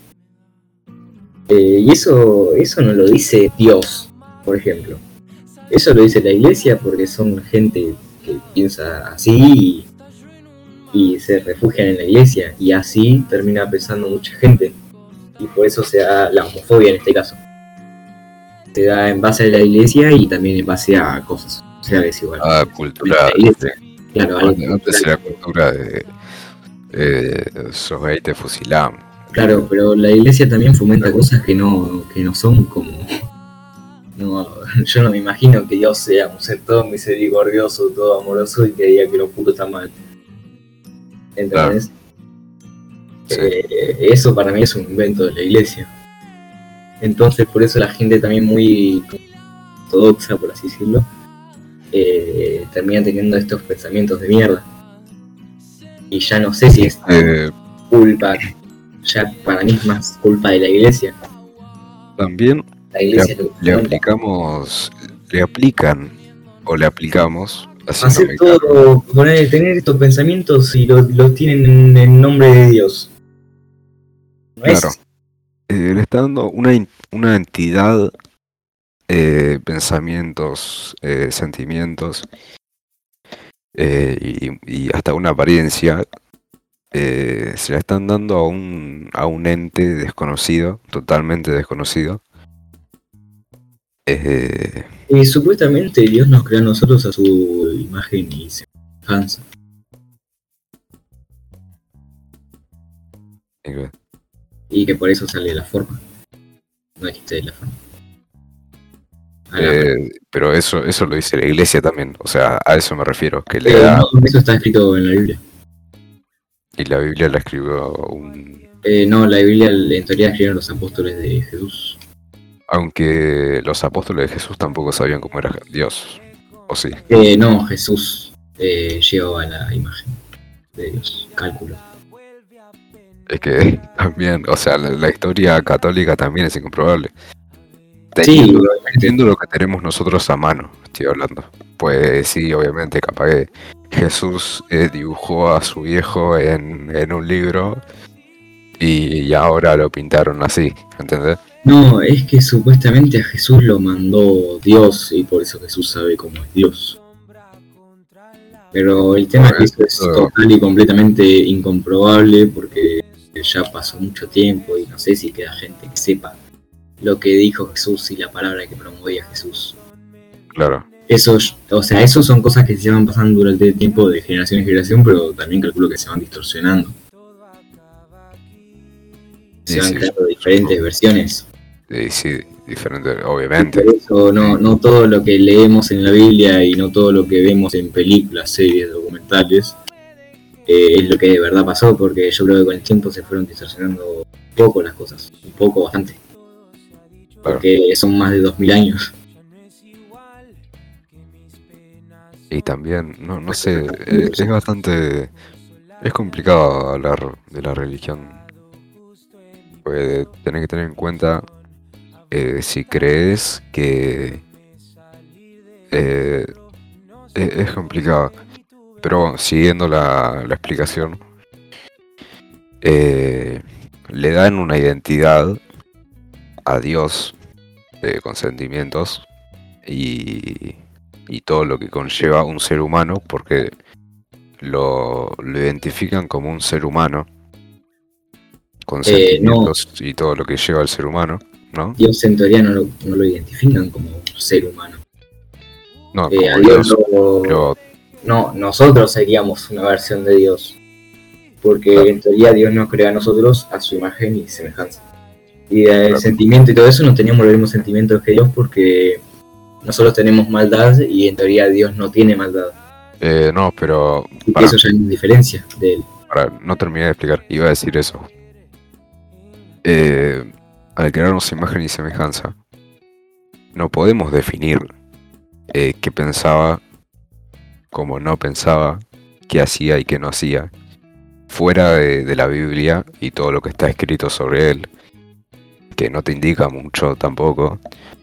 [SPEAKER 2] Y eso no lo dice Dios, por ejemplo. Eso lo dice la iglesia porque son gente que piensa así y se refugian en la iglesia. Y así termina pensando mucha gente. Y por eso se da la homofobia en este caso. Se da en base a la iglesia y también en base a cosas sociales igual.
[SPEAKER 1] Cultura.
[SPEAKER 2] La iglesia, claro, algo
[SPEAKER 1] Antes
[SPEAKER 2] cultural.
[SPEAKER 1] era cultura de sos gay, te fusilamos.
[SPEAKER 2] Claro, pero la iglesia también fomenta cosas que no son como... No, yo no me imagino que Dios sea un ser todo misericordioso, todo amoroso y que diga que los putos están mal.
[SPEAKER 1] Claro,
[SPEAKER 2] ¿Entendés?
[SPEAKER 1] sí.
[SPEAKER 2] Eso para mí es un invento de la iglesia. Entonces por eso la gente también muy ortodoxa, por así decirlo, termina teniendo estos pensamientos de mierda. Y ya no sé si es culpa, ya para mí es más culpa de la iglesia.
[SPEAKER 1] También
[SPEAKER 2] La iglesia es lo que
[SPEAKER 1] le aplican o le aplicamos,
[SPEAKER 2] hacer
[SPEAKER 1] haciéndome cargo.
[SPEAKER 2] todo, tener estos pensamientos y los tienen en nombre de Dios. No
[SPEAKER 1] Claro,
[SPEAKER 2] es.
[SPEAKER 1] le está dando una entidad, pensamientos, sentimientos y hasta una apariencia. Se la están dando a un ente desconocido, totalmente desconocido.
[SPEAKER 2] Supuestamente Dios nos creó a nosotros a su imagen y semejanza. Y que por eso sale la forma. No existe la forma.
[SPEAKER 1] Pero eso lo dice la iglesia también, o sea, a eso me refiero, que le da,
[SPEAKER 2] No, eso está escrito en la Biblia.
[SPEAKER 1] y la Biblia la escribió un...
[SPEAKER 2] No, la Biblia en teoría escribieron los apóstoles de Jesús.
[SPEAKER 1] Aunque los apóstoles de Jesús tampoco sabían cómo era Dios, ¿o sí?
[SPEAKER 2] No, Jesús llevaba la imagen de Dios, cálculo.
[SPEAKER 1] Es que también, o sea, la historia católica también es incomprobable.
[SPEAKER 2] Sí,
[SPEAKER 1] Teniendo lo que tenemos nosotros a mano, estoy hablando. Pues sí, obviamente, capaz que Jesús dibujó a su viejo en un libro y ahora lo pintaron así, ¿entendés?
[SPEAKER 2] no, es que supuestamente a Jesús lo mandó Dios y por eso Jesús sabe cómo es Dios. Pero el tema es que eso es
[SPEAKER 1] Eso,
[SPEAKER 2] total y completamente incomprobable porque ya pasó mucho tiempo y no sé si queda gente que sepa lo que dijo Jesús y la palabra que promovía Jesús.
[SPEAKER 1] claro.
[SPEAKER 2] Eso, o sea, eso son cosas que se van pasando durante el tiempo de generación en generación, pero también calculo que se van distorsionando. Se
[SPEAKER 1] Y
[SPEAKER 2] van
[SPEAKER 1] sí,
[SPEAKER 2] creando diferentes versiones.
[SPEAKER 1] sí, diferente,
[SPEAKER 2] Y
[SPEAKER 1] obviamente.
[SPEAKER 2] por eso no todo lo que leemos en la Biblia y no todo lo que vemos en películas, series, documentales, es lo que de verdad pasó, porque yo creo que con el tiempo se fueron distorsionando un poco las cosas, un poco, bastante,
[SPEAKER 1] Claro.
[SPEAKER 2] porque son más de 2000 años.
[SPEAKER 1] Y también, no sé, es bastante, es complicado hablar de la religión. Pues tenés que tener en cuenta si crees que eh, es complicado. Pero bueno, siguiendo la explicación, le dan una identidad a Dios con sentimientos y todo lo que conlleva un ser humano, porque lo identifican como un ser humano con
[SPEAKER 2] No,
[SPEAKER 1] sentimientos y todo lo que lleva al ser humano, ¿no?
[SPEAKER 2] Dios en teoría no lo identifican como ser humano.
[SPEAKER 1] No,
[SPEAKER 2] A
[SPEAKER 1] como
[SPEAKER 2] Dios
[SPEAKER 1] Dios, pero
[SPEAKER 2] no, nosotros seríamos una versión de Dios, porque
[SPEAKER 1] claro,
[SPEAKER 2] en teoría Dios nos crea a nosotros a su imagen y semejanza. Y el
[SPEAKER 1] claro.
[SPEAKER 2] sentimiento y todo eso no teníamos los mismos sentimientos que Dios porque nosotros tenemos maldad y en teoría Dios no tiene maldad.
[SPEAKER 1] No, pero
[SPEAKER 2] Y que eso ya es una diferencia de él.
[SPEAKER 1] no terminé de explicar, iba a decir eso. Al crearnos imagen y semejanza, no podemos definir qué pensaba, cómo no pensaba, qué hacía y qué no hacía, fuera de la Biblia y todo lo que está escrito sobre él, que no te indica mucho tampoco.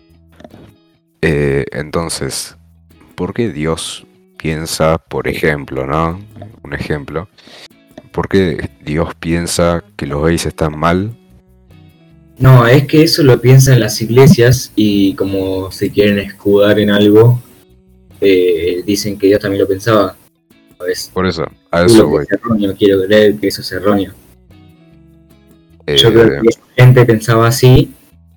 [SPEAKER 1] Entonces, ¿por qué Dios piensa, por ejemplo, ¿no? Un ejemplo, ¿por qué Dios piensa que los gays están mal?
[SPEAKER 2] No, es que eso lo piensan las iglesias y como se quieren escudar en algo, dicen que Dios también lo pensaba. ¿Sabes?
[SPEAKER 1] Por eso, a
[SPEAKER 2] Lo
[SPEAKER 1] eso
[SPEAKER 2] que
[SPEAKER 1] voy.
[SPEAKER 2] es erróneo, quiero creer que eso es erróneo. Yo creo
[SPEAKER 1] Eh,
[SPEAKER 2] que esa gente pensaba así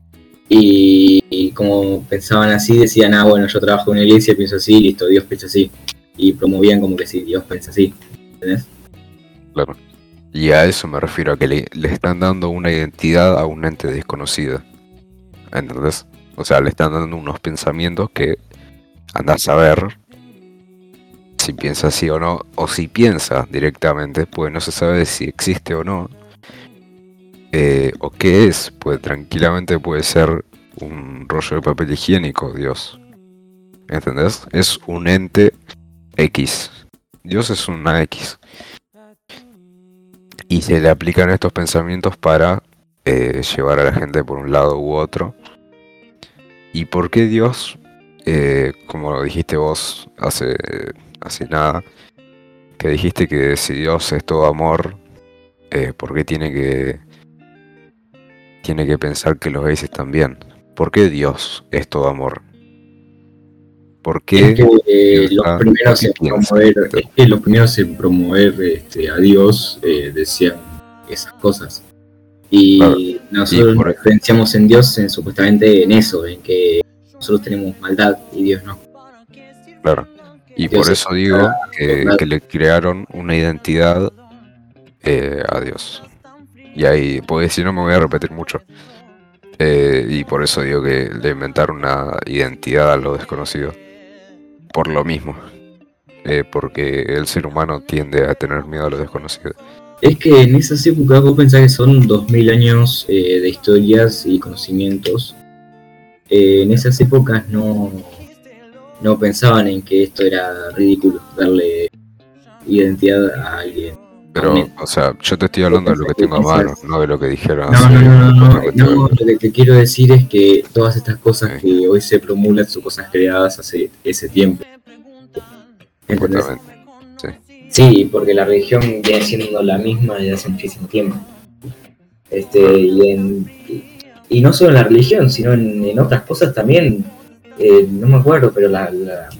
[SPEAKER 2] y como pensaban así decían, ah, bueno, yo trabajo en una iglesia, pienso así, listo, Dios piensa así. Y promovían como que sí, Dios piensa así. ¿Entendés?
[SPEAKER 1] claro. Y a eso me refiero, a que le están dando una identidad a un ente desconocido. ¿Entendés? O sea, le están dando unos pensamientos que andás a ver si piensa así o no, o si piensa directamente, pues no se sabe si existe o no, o qué es, pues tranquilamente puede ser un rollo de papel higiénico, Dios. ¿Entendés? Es un ente X. Dios es una X. Y se le aplican estos pensamientos para llevar a la gente por un lado u otro. ¿Y por qué Dios, como lo dijiste vos hace nada, que dijiste que si Dios es todo amor, ¿por qué tiene que pensar que los gays están bien? ¿Por qué Dios es todo amor? ¿Por
[SPEAKER 2] Es
[SPEAKER 1] qué
[SPEAKER 2] que los
[SPEAKER 1] piensa?
[SPEAKER 2] primeros
[SPEAKER 1] ¿Por qué
[SPEAKER 2] en
[SPEAKER 1] piensa?
[SPEAKER 2] promover, es que los primeros en promover a Dios decían esas cosas.
[SPEAKER 1] Claro.
[SPEAKER 2] Y
[SPEAKER 1] Y
[SPEAKER 2] nosotros nos
[SPEAKER 1] por,
[SPEAKER 2] referenciamos en Dios supuestamente en eso, en que nosotros tenemos maldad y Dios no.
[SPEAKER 1] claro. Y
[SPEAKER 2] Dios
[SPEAKER 1] por
[SPEAKER 2] es
[SPEAKER 1] eso digo
[SPEAKER 2] bondad.
[SPEAKER 1] que le crearon una identidad a Dios. Y ahí, pues si no me voy a repetir mucho. Y por eso digo que le inventaron una identidad a lo desconocido. Por lo mismo. Porque el ser humano tiende a tener miedo a lo desconocido.
[SPEAKER 2] Es que en esas épocas vos pensás que son 2000 años de historias y conocimientos. En esas épocas no pensaban en que esto era ridículo, darle identidad a alguien.
[SPEAKER 1] Pero, o sea, yo te estoy hablando de lo que tengo a mano, no de lo que dijeron
[SPEAKER 2] No,
[SPEAKER 1] hace
[SPEAKER 2] no,
[SPEAKER 1] 4
[SPEAKER 2] lo que te quiero decir es que todas estas cosas
[SPEAKER 1] Sí,
[SPEAKER 2] que hoy se promulgan son cosas creadas hace ese tiempo. ¿Entendés?
[SPEAKER 1] supuestamente. Sí,
[SPEAKER 2] Sí, porque la religión viene siendo la misma desde hace muchísimo tiempo.
[SPEAKER 1] claro.
[SPEAKER 2] Y no solo en la religión, sino en otras cosas también. No me acuerdo, pero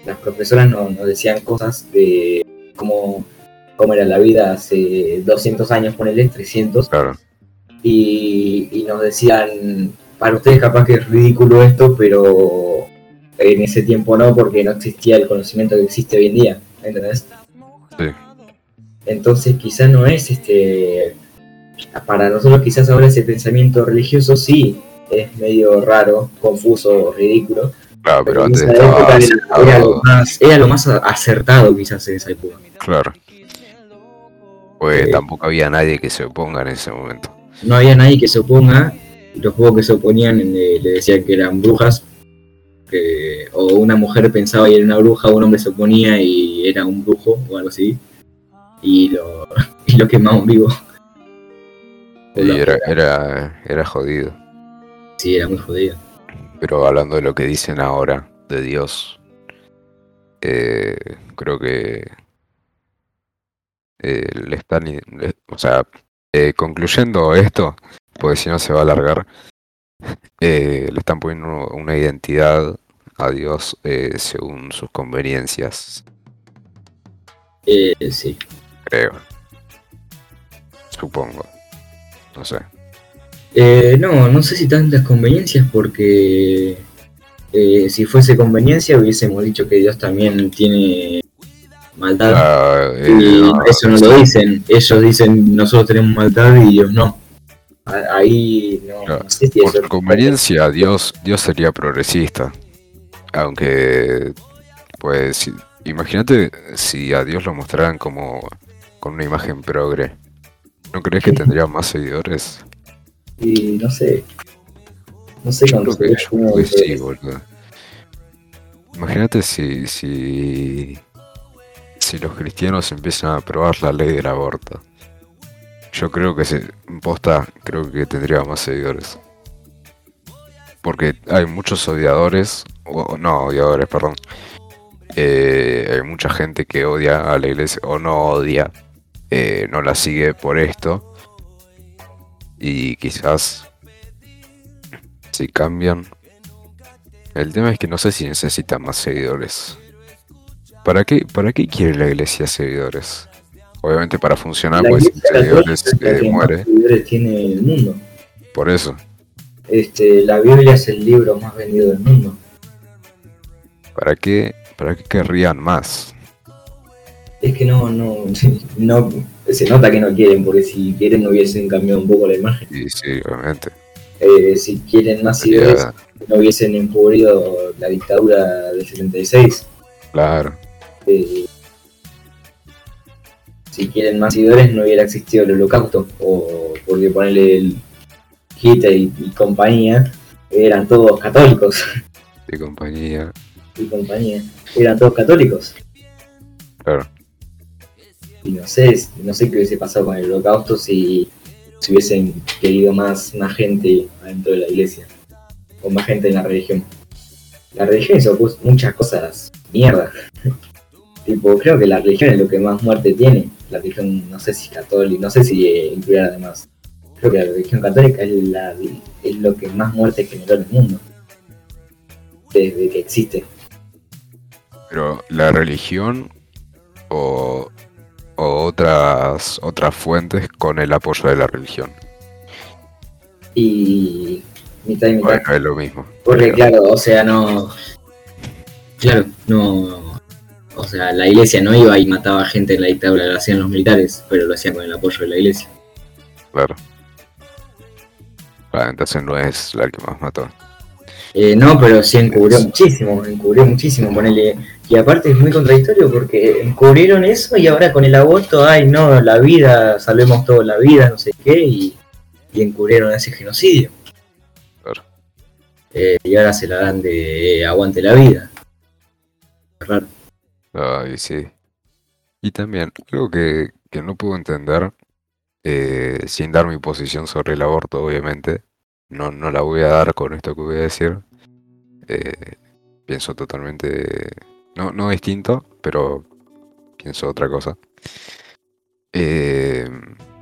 [SPEAKER 2] las profesoras nos decían cosas de cómo era la vida hace 200 años, ponele 300,
[SPEAKER 1] Claro,
[SPEAKER 2] y nos decían, para ustedes capaz que es ridículo esto, pero en ese tiempo no, porque no existía el conocimiento que existe hoy en día, ¿entendés?
[SPEAKER 1] sí,
[SPEAKER 2] Entonces quizás no es para nosotros quizás ahora ese pensamiento religioso sí es medio raro, confuso, ridículo,
[SPEAKER 1] claro,
[SPEAKER 2] pero
[SPEAKER 1] pero
[SPEAKER 2] en
[SPEAKER 1] antes
[SPEAKER 2] esa
[SPEAKER 1] estaba
[SPEAKER 2] época
[SPEAKER 1] aceptado,
[SPEAKER 2] era lo más acertado quizás en esa época.
[SPEAKER 1] claro, pues
[SPEAKER 2] Eh,
[SPEAKER 1] tampoco había nadie que se oponga en ese momento.
[SPEAKER 2] no había nadie que se oponga, los pocos que se oponían le decían que eran brujas, o una mujer pensaba y era una bruja, un hombre se oponía y era un brujo o algo así, y lo, y lo quemaban vivo.
[SPEAKER 1] Y era jodido.
[SPEAKER 2] Sí, era muy jodido.
[SPEAKER 1] Pero hablando de lo que dicen ahora de Dios, creo que le están, o sea, concluyendo esto, porque si no se va a alargar, le están poniendo una identidad a Dios según sus conveniencias,
[SPEAKER 2] Sí.
[SPEAKER 1] creo, supongo, no sé.
[SPEAKER 2] No sé si tantas conveniencias porque si fuese conveniencia hubiésemos dicho que Dios también tiene maldad y
[SPEAKER 1] No,
[SPEAKER 2] eso no lo dicen. Ellos dicen nosotros tenemos maldad y Dios no. Ahí
[SPEAKER 1] claro,
[SPEAKER 2] no sé si
[SPEAKER 1] por
[SPEAKER 2] eso
[SPEAKER 1] su conveniencia Dios sería progresista, aunque pues imagínate si a Dios lo mostraran como con una imagen progre. ¿No crees que tendría más seguidores?
[SPEAKER 2] y no sé cuándo sería
[SPEAKER 1] Yo creo
[SPEAKER 2] como
[SPEAKER 1] que
[SPEAKER 2] el
[SPEAKER 1] sí,
[SPEAKER 2] progreso.
[SPEAKER 1] boludo. Imagínate si los cristianos empiezan a aprobar la ley del aborto. Yo creo que posta, creo que tendría más seguidores. Porque hay muchos odiadores, o no odiadores, perdón. Hay mucha gente que odia a la iglesia o no odia, no la sigue por esto. Y quizás si cambian. El tema es que no sé si necesitan más seguidores. ¿Para qué quiere la iglesia seguidores? Obviamente para funcionar,
[SPEAKER 2] La
[SPEAKER 1] pues sin
[SPEAKER 2] Iglesia Católica
[SPEAKER 1] seguidores
[SPEAKER 2] es la que más
[SPEAKER 1] muere.
[SPEAKER 2] seguidores tiene en el mundo.
[SPEAKER 1] Por eso.
[SPEAKER 2] La Biblia es el libro más vendido del mundo.
[SPEAKER 1] Para qué querrían más?
[SPEAKER 2] Es que no, se nota que no quieren, porque si quieren no hubiesen cambiado un poco la imagen.
[SPEAKER 1] Y sí, obviamente.
[SPEAKER 2] Si quieren más seguidores,
[SPEAKER 1] Sería,
[SPEAKER 2] no hubiesen encubrido la dictadura del 76.
[SPEAKER 1] claro,
[SPEAKER 2] Eh, si quieren más seguidores, no hubiera existido el holocausto, o porque ponerle el Hitler y compañía, eran todos católicos,
[SPEAKER 1] de compañía,
[SPEAKER 2] y compañía, eran todos católicos.
[SPEAKER 1] claro.
[SPEAKER 2] Y no sé qué hubiese pasado con el holocausto si hubiesen querido más gente adentro de la iglesia, o más gente en la religión. La religión hizo muchas cosas mierda. Tipo, creo que la religión es lo que más muerte tiene. La religión, no sé si católica, no sé si incluirá además. Creo que la religión católica es lo que más muerte generó en el mundo. Desde que existe.
[SPEAKER 1] Pero la religión o, o otras fuentes con el apoyo de la religión.
[SPEAKER 2] Y mitad y mitad.
[SPEAKER 1] Bueno, es lo mismo.
[SPEAKER 2] Porque
[SPEAKER 1] Creo.
[SPEAKER 2] claro, o sea, no. Claro, no. O sea, la iglesia no iba y mataba gente en la dictadura, lo hacían los militares, pero lo hacían con el apoyo de la iglesia.
[SPEAKER 1] Claro. Ah, entonces no es la que más mató.
[SPEAKER 2] No, pero sí
[SPEAKER 1] Es-
[SPEAKER 2] encubrió muchísimo, ponele. Y aparte es muy contradictorio porque encubrieron eso y ahora con el aborto, ay no, la vida, salvemos toda la vida, no sé qué, y encubrieron ese genocidio.
[SPEAKER 1] claro.
[SPEAKER 2] Y ahora se la dan de aguante la vida. Raro.
[SPEAKER 1] Ay, sí. Y también, algo que no puedo entender, sin dar mi posición sobre el aborto, obviamente, no la voy a dar con esto que voy a decir. eh, Pienso totalmente, no distinto, pero pienso otra cosa. Eh,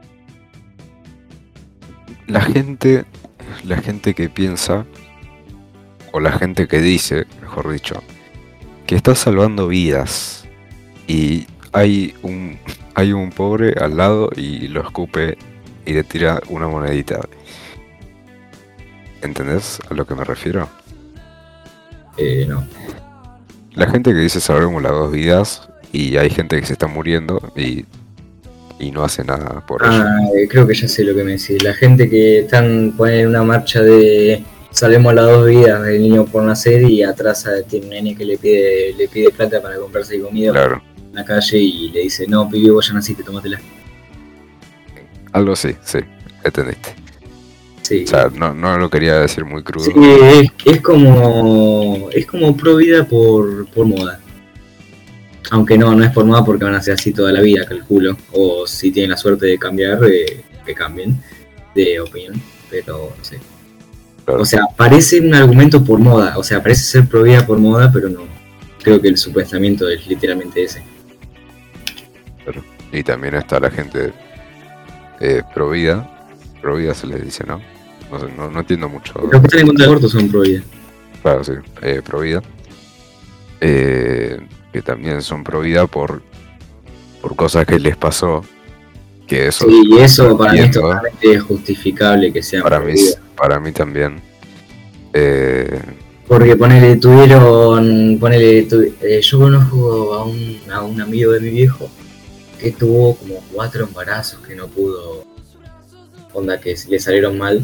[SPEAKER 1] la gente, la gente que piensa, o la gente que dice, mejor dicho, que está salvando vidas y hay un pobre al lado y lo escupe y le tira una monedita. ¿Entendés a lo que me refiero?
[SPEAKER 2] No.
[SPEAKER 1] La gente que dice salvemos las 2 vidas y hay gente que se está muriendo y no hace nada por ello.
[SPEAKER 2] Creo que ya sé lo que me decís. La gente que están poniendo una marcha de salvemos las 2 vidas del niño por nacer y atrás tiene un nene que le pide plata para comprarse comida
[SPEAKER 1] Claro,
[SPEAKER 2] en la calle y le dice, no, pibe, vos ya naciste, tómatela.
[SPEAKER 1] algo así, sí, entendiste.
[SPEAKER 2] Sí.
[SPEAKER 1] O sea, no lo quería decir muy crudo.
[SPEAKER 2] Sí, es como pro vida por moda. Aunque no es por moda porque van a ser así toda la vida, calculo. O si tienen la suerte de cambiar, que cambien de opinión. Pero no sé.
[SPEAKER 1] Claro.
[SPEAKER 2] O sea, parece un argumento por moda. O sea, parece ser pro vida por moda, pero no. Creo que el supuestamiento es literalmente ese.
[SPEAKER 1] Claro. Y también está la gente pro vida. Pro vida se les dice, ¿no? No sé, no entiendo mucho.
[SPEAKER 2] Los que están en contra del aborto son pro vida.
[SPEAKER 1] Claro, sí, pro vida. Que también son pro vida por cosas que les pasó. Que eso.
[SPEAKER 2] Sí, y eso para mí es
[SPEAKER 1] entiendo,
[SPEAKER 2] totalmente justificable que sean pro vida.
[SPEAKER 1] Para mí también.
[SPEAKER 2] Porque yo conozco a un amigo de mi viejo que tuvo como 4 embarazos que no pudo, onda que le salieron mal,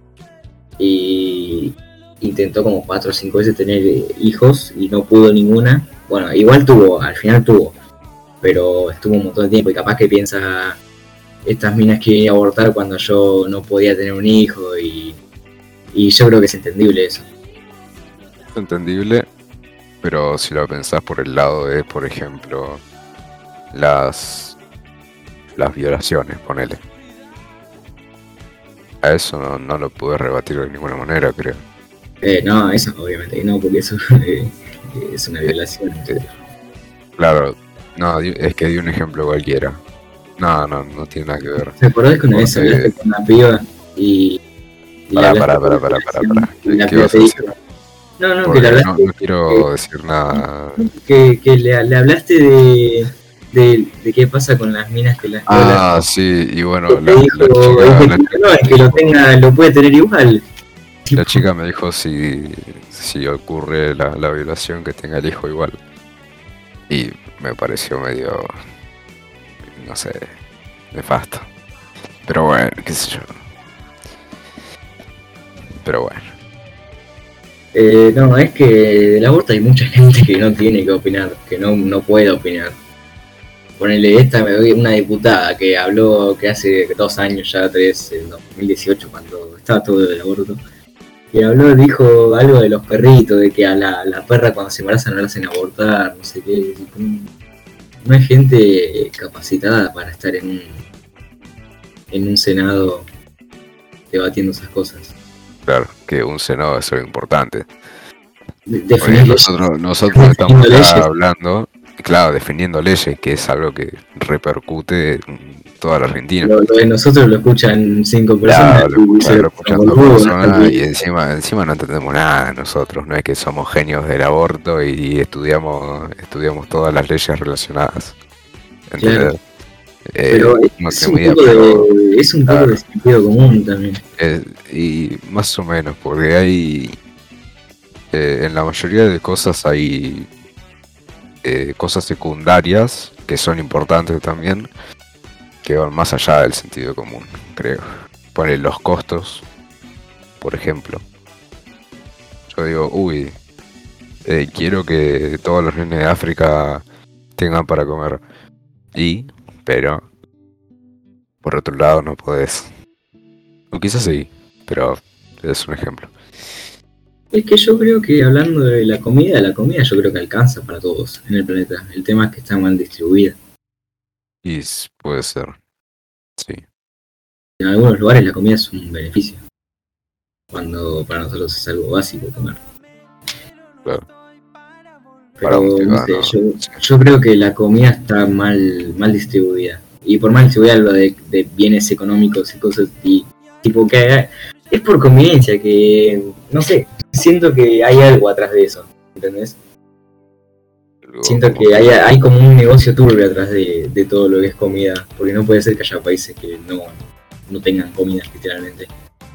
[SPEAKER 2] y intentó como 4 o 5 veces tener hijos y no pudo ninguna. Bueno, igual al final tuvo, pero estuvo un montón de tiempo y capaz que piensa, estas minas quieren abortar cuando yo no podía tener un hijo, y yo creo que es entendible eso.
[SPEAKER 1] entendible, pero si lo pensás por el lado de, por ejemplo, las violaciones, ponele. A eso no lo pude rebatir de ninguna manera, creo.
[SPEAKER 2] No, eso obviamente no, porque eso es una violación.
[SPEAKER 1] Claro, no, es que di un ejemplo cualquiera. No tiene nada que ver.
[SPEAKER 2] ¿Te acordás que una vez hablaste con una piba y
[SPEAKER 1] Pará. ¿Qué vas a decir?
[SPEAKER 2] No,
[SPEAKER 1] Porque
[SPEAKER 2] que le hablaste.
[SPEAKER 1] No quiero decir nada.
[SPEAKER 2] Que le hablaste de qué pasa con las minas que las violan.
[SPEAKER 1] Sí, y bueno,
[SPEAKER 2] Te dijo, no, es que lo puede tener igual.
[SPEAKER 1] La chica me dijo si ocurre la violación que tenga el hijo igual. Y me pareció medio, no sé, nefasto. Pero bueno, qué sé yo. Pero bueno.
[SPEAKER 2] No, es que del aborto hay mucha gente que no tiene que opinar, que no puede opinar. Ponele una diputada que habló que hace 2 años ya, 3, en 2018, cuando estaba todo el aborto, que dijo algo de los perritos, de que a la perra cuando se embaraza no la hacen abortar, no sé qué. No hay gente capacitada para estar en un senado debatiendo esas cosas.
[SPEAKER 1] Claro, que un senado es algo importante.
[SPEAKER 2] Definir
[SPEAKER 1] Nosotros estamos acá hablando, claro, defendiendo leyes, que es algo que repercute en toda la Argentina.
[SPEAKER 2] Lo de nosotros lo escuchan 5 personas.
[SPEAKER 1] Claro, lo escuchan 2 personas y encima no entendemos nada nosotros. No es que somos genios del aborto y estudiamos todas las leyes relacionadas. ¿Entendés?
[SPEAKER 2] Claro. Pero es un poco de sentido común también.
[SPEAKER 1] Y más o menos, porque hay en la mayoría de cosas hay cosas secundarias que son importantes también, que van más allá del sentido común, creo. Ponen los costos, por ejemplo. Yo digo, quiero que todos los nenes de África tengan para comer. Pero por otro lado no podés. O quizás sí, pero es un ejemplo.
[SPEAKER 2] Es que yo creo que hablando de la comida yo creo que alcanza para todos en el planeta. El tema es que está mal distribuida.
[SPEAKER 1] Y puede ser, sí.
[SPEAKER 2] En algunos lugares la comida es un beneficio, cuando para nosotros es algo básico comer.
[SPEAKER 1] Claro.
[SPEAKER 2] Pero no sé, yo creo que la comida está mal distribuida. Y por mal distribuida hablo de bienes económicos y cosas, y tipo que es por conveniencia, que no sé, siento que hay algo atrás de eso, ¿entendés? Siento
[SPEAKER 1] como
[SPEAKER 2] que hay como un negocio turbio atrás de todo lo que es comida, porque no puede ser que haya países que no tengan comida, literalmente.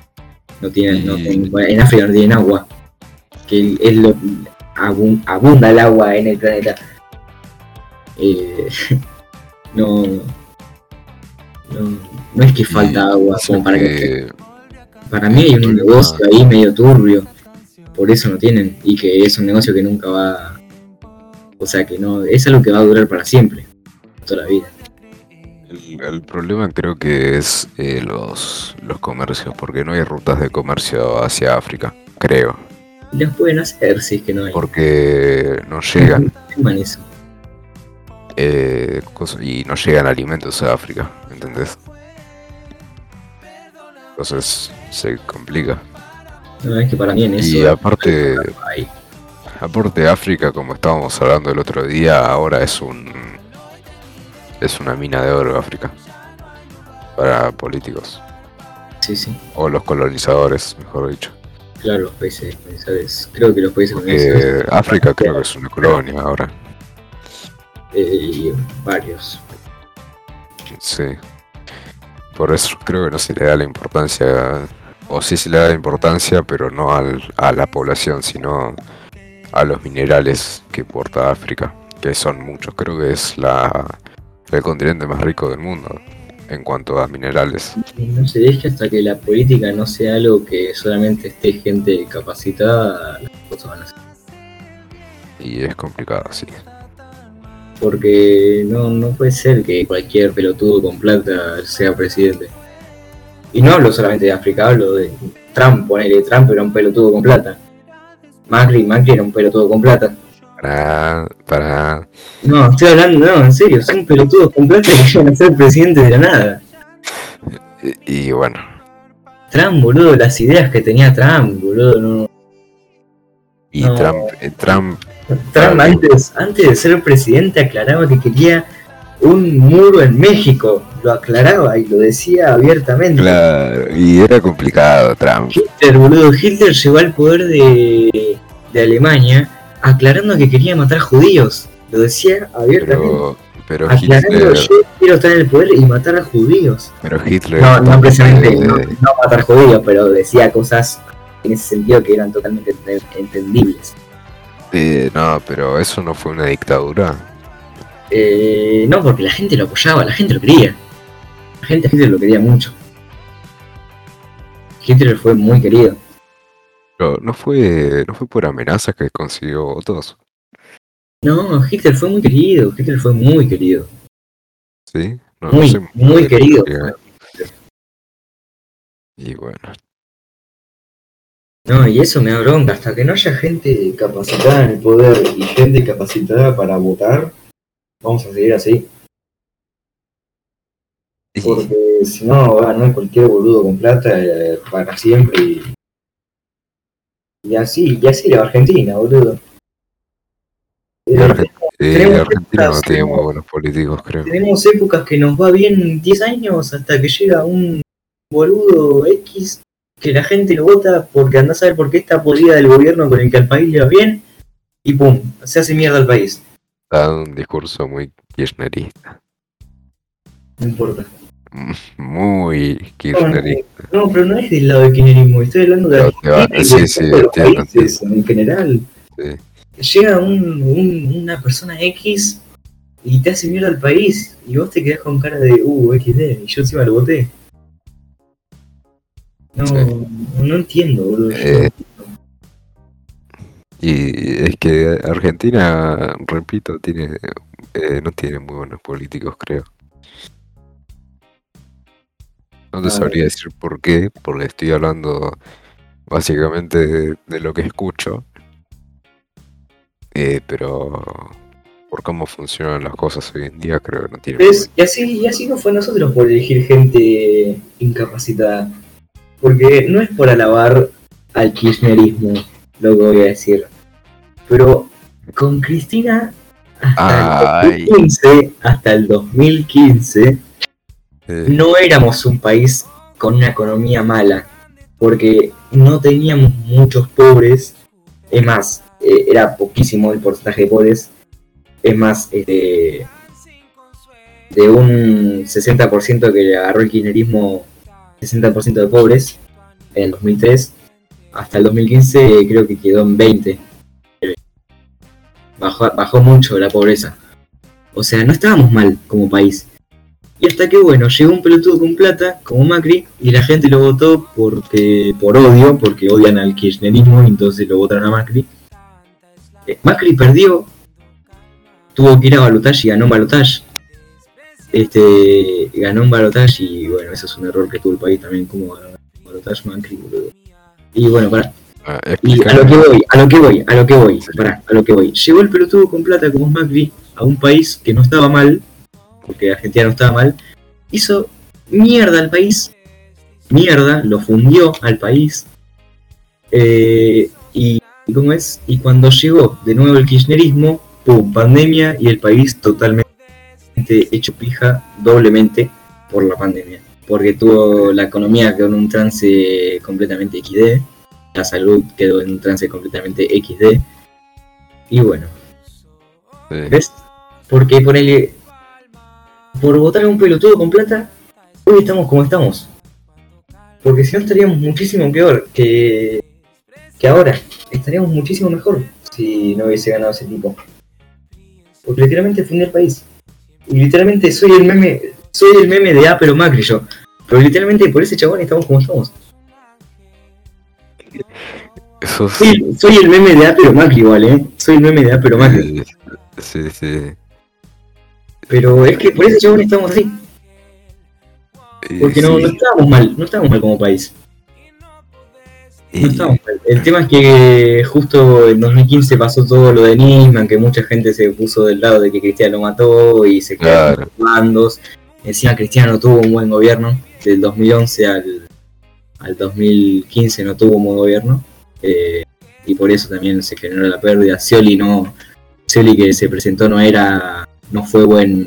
[SPEAKER 1] y,
[SPEAKER 2] Bueno, en África no tienen agua, que es lo abunda el agua en el planeta. Eh, no, no, no es que falta
[SPEAKER 1] y
[SPEAKER 2] agua,
[SPEAKER 1] pasa
[SPEAKER 2] como
[SPEAKER 1] que
[SPEAKER 2] para mí
[SPEAKER 1] el
[SPEAKER 2] hay un
[SPEAKER 1] problema,
[SPEAKER 2] negocio ahí medio turbio, por eso no tienen, y que es un negocio que nunca va, o sea que no, es algo que va a durar para siempre, toda la vida.
[SPEAKER 1] el problema creo que es los comercios, porque no hay rutas de comercio hacia África, creo,
[SPEAKER 2] Y los pueden hacer si es que no hay.
[SPEAKER 1] porque no llegan
[SPEAKER 2] Teman eso.
[SPEAKER 1] y no llegan alimentos a África, ¿entendés? Entonces se complica.
[SPEAKER 2] No, es que para mí en eso
[SPEAKER 1] Y aparte,
[SPEAKER 2] hay.
[SPEAKER 1] aparte África, como estábamos hablando el otro día, ahora es una mina de oro África para políticos
[SPEAKER 2] Sí, sí,
[SPEAKER 1] o los colonizadores, mejor dicho.
[SPEAKER 2] claro, los países colonizadores. Creo que los países colonizadores
[SPEAKER 1] Porque África creo que es una colonia ahora.
[SPEAKER 2] y varios.
[SPEAKER 1] Sí. Por eso creo que no se le da la importancia, o sí se le da la importancia, pero no a la población, sino a los minerales que porta África, que son muchos. Creo que es el continente más rico del mundo en cuanto a minerales.
[SPEAKER 2] Y no se deje hasta que la política no sea algo que solamente esté gente capacitada, las cosas van a ser.
[SPEAKER 1] Y es complicado, sí.
[SPEAKER 2] Porque no puede ser que cualquier pelotudo con plata sea presidente. Y no hablo solamente de África, hablo de Trump, ponele, Trump era un pelotudo con plata. Macri era un pelotudo con plata.
[SPEAKER 1] Para...
[SPEAKER 2] No, estoy hablando, no, en serio, son pelotudos con plata que llegan a ser presidentes de la nada.
[SPEAKER 1] Y bueno,
[SPEAKER 2] Trump, boludo, las ideas que tenía Trump, boludo, no.
[SPEAKER 1] y
[SPEAKER 2] No.
[SPEAKER 1] Trump
[SPEAKER 2] Trump
[SPEAKER 1] para-
[SPEAKER 2] antes de ser presidente aclaraba que quería un muro en México. Lo aclaraba y lo decía abiertamente.
[SPEAKER 1] claro, y era complicado Trump.
[SPEAKER 2] Hitler, boludo, Hitler llegó al poder de Alemania aclarando que quería matar judíos. Lo decía abiertamente.
[SPEAKER 1] Pero
[SPEAKER 2] Aclarando,
[SPEAKER 1] Hitler,
[SPEAKER 2] yo quiero estar en el poder y matar a judíos.
[SPEAKER 1] pero Hitler
[SPEAKER 2] No, no
[SPEAKER 1] también,
[SPEAKER 2] precisamente no matar judíos, pero decía cosas en ese sentido que eran totalmente entendibles.
[SPEAKER 1] no, pero eso no fue una dictadura.
[SPEAKER 2] No, porque la gente lo apoyaba, la gente lo quería. La gente a Hitler lo quería mucho. Hitler fue muy querido.
[SPEAKER 1] Pero no fue por amenazas que consiguió votos,
[SPEAKER 2] No, Hitler fue muy querido, Hitler fue muy querido.
[SPEAKER 1] ¿sí? No, no
[SPEAKER 2] Muy,
[SPEAKER 1] sé mucho
[SPEAKER 2] muy
[SPEAKER 1] de la
[SPEAKER 2] querido.
[SPEAKER 1] historia. Y bueno,
[SPEAKER 2] No, y eso me da bronca, hasta que no haya gente capacitada en el poder y gente capacitada para votar, vamos a seguir así.
[SPEAKER 1] y,
[SPEAKER 2] Porque si no, va a ganar cualquier boludo con plata para siempre y así la Argentina, boludo.
[SPEAKER 1] y
[SPEAKER 2] Tenemos
[SPEAKER 1] Argentina no
[SPEAKER 2] épocas,
[SPEAKER 1] tiene muy buenos políticos, creo.
[SPEAKER 2] tenemos épocas que nos va bien 10 años hasta que llega un boludo X que la gente lo vota porque anda a saber por qué está podrida del gobierno con el que al país le va bien y pum, se hace mierda el país.
[SPEAKER 1] Da un discurso muy kirchnerista,
[SPEAKER 2] No importa.
[SPEAKER 1] muy kirchnerista.
[SPEAKER 2] No, pero no es del lado del kirchnerismo, estoy hablando de
[SPEAKER 1] Pero te va-
[SPEAKER 2] Argentina y
[SPEAKER 1] sí,
[SPEAKER 2] del
[SPEAKER 1] sí,
[SPEAKER 2] resto de los
[SPEAKER 1] entiendo,
[SPEAKER 2] países en general.
[SPEAKER 1] sí.
[SPEAKER 2] Llega una persona X y te hace mierda al país y vos te quedás con cara de XD y yo encima lo voté. No,
[SPEAKER 1] Sí.
[SPEAKER 2] no entiendo, boludo.
[SPEAKER 1] Y es que Argentina, repito, no tiene muy buenos políticos, creo. No te sabría decir por qué, porque estoy hablando básicamente de lo que escucho, pero por cómo funcionan las cosas hoy en día, creo que no tiene muy
[SPEAKER 2] ¿Ves? Y así no fue a nosotros por elegir gente incapacitada. Porque no es por alabar al kirchnerismo lo que voy a decir. Pero con Cristina
[SPEAKER 1] Ay,
[SPEAKER 2] hasta el 2015
[SPEAKER 1] eh,
[SPEAKER 2] no éramos un país con una economía mala. Porque no teníamos muchos pobres. Es más, era poquísimo el porcentaje de pobres. Es más, de un 60% que le agarró el kirchnerismo, 60% de pobres en el 2003, hasta el 2015 creo que quedó en 20. Bajó mucho la pobreza. O sea, no estábamos mal como país. Y hasta que bueno, llegó un pelotudo con plata, como Macri, y la gente lo votó por odio, porque odian al kirchnerismo, y entonces lo votaron a Macri. Macri perdió, tuvo que ir a balotaje y ganó un balotaje. Ganó un balotaje y bueno, eso es un error que tuvo el país también, como ganó un balotaje Macri, boludo. Y bueno, pará. Y a lo que voy. Llegó el pelotudo con plata como es Macri a un país que no estaba mal, porque Argentina no estaba mal, hizo mierda al país, mierda, lo fundió al país, y ¿cómo es? Y cuando llegó de nuevo el kirchnerismo, pum, pandemia y el país totalmente hecho pija doblemente por la pandemia, porque tuvo la economía quedó en un trance completamente XD, la salud quedó en un trance completamente XD, y bueno,
[SPEAKER 1] Sí.
[SPEAKER 2] ¿ves? Porque por votar a un pelotudo con plata, hoy estamos como estamos. Porque si no estaríamos muchísimo peor que ahora. Estaríamos muchísimo mejor si no hubiese ganado ese tipo. Porque literalmente fundí el país. Y literalmente soy el meme de pero Macri yo. Pero literalmente por ese chabón estamos como estamos.
[SPEAKER 1] Eso sí.
[SPEAKER 2] Soy el meme de pero Macri igual, Soy el meme de pero Macri.
[SPEAKER 1] Sí, sí.
[SPEAKER 2] Pero es que por ese chabón estamos así. Porque no estábamos mal como país. No estábamos mal. El tema es que justo en 2015 pasó todo lo de Nisman, que mucha gente se puso del lado de que Cristiano lo mató y se quedaron bandos. Encima Cristiano tuvo un buen gobierno, del 2011 al 2015 no tuvo un buen gobierno, y por eso también se generó la pérdida. Scioli que se presentó no fue buen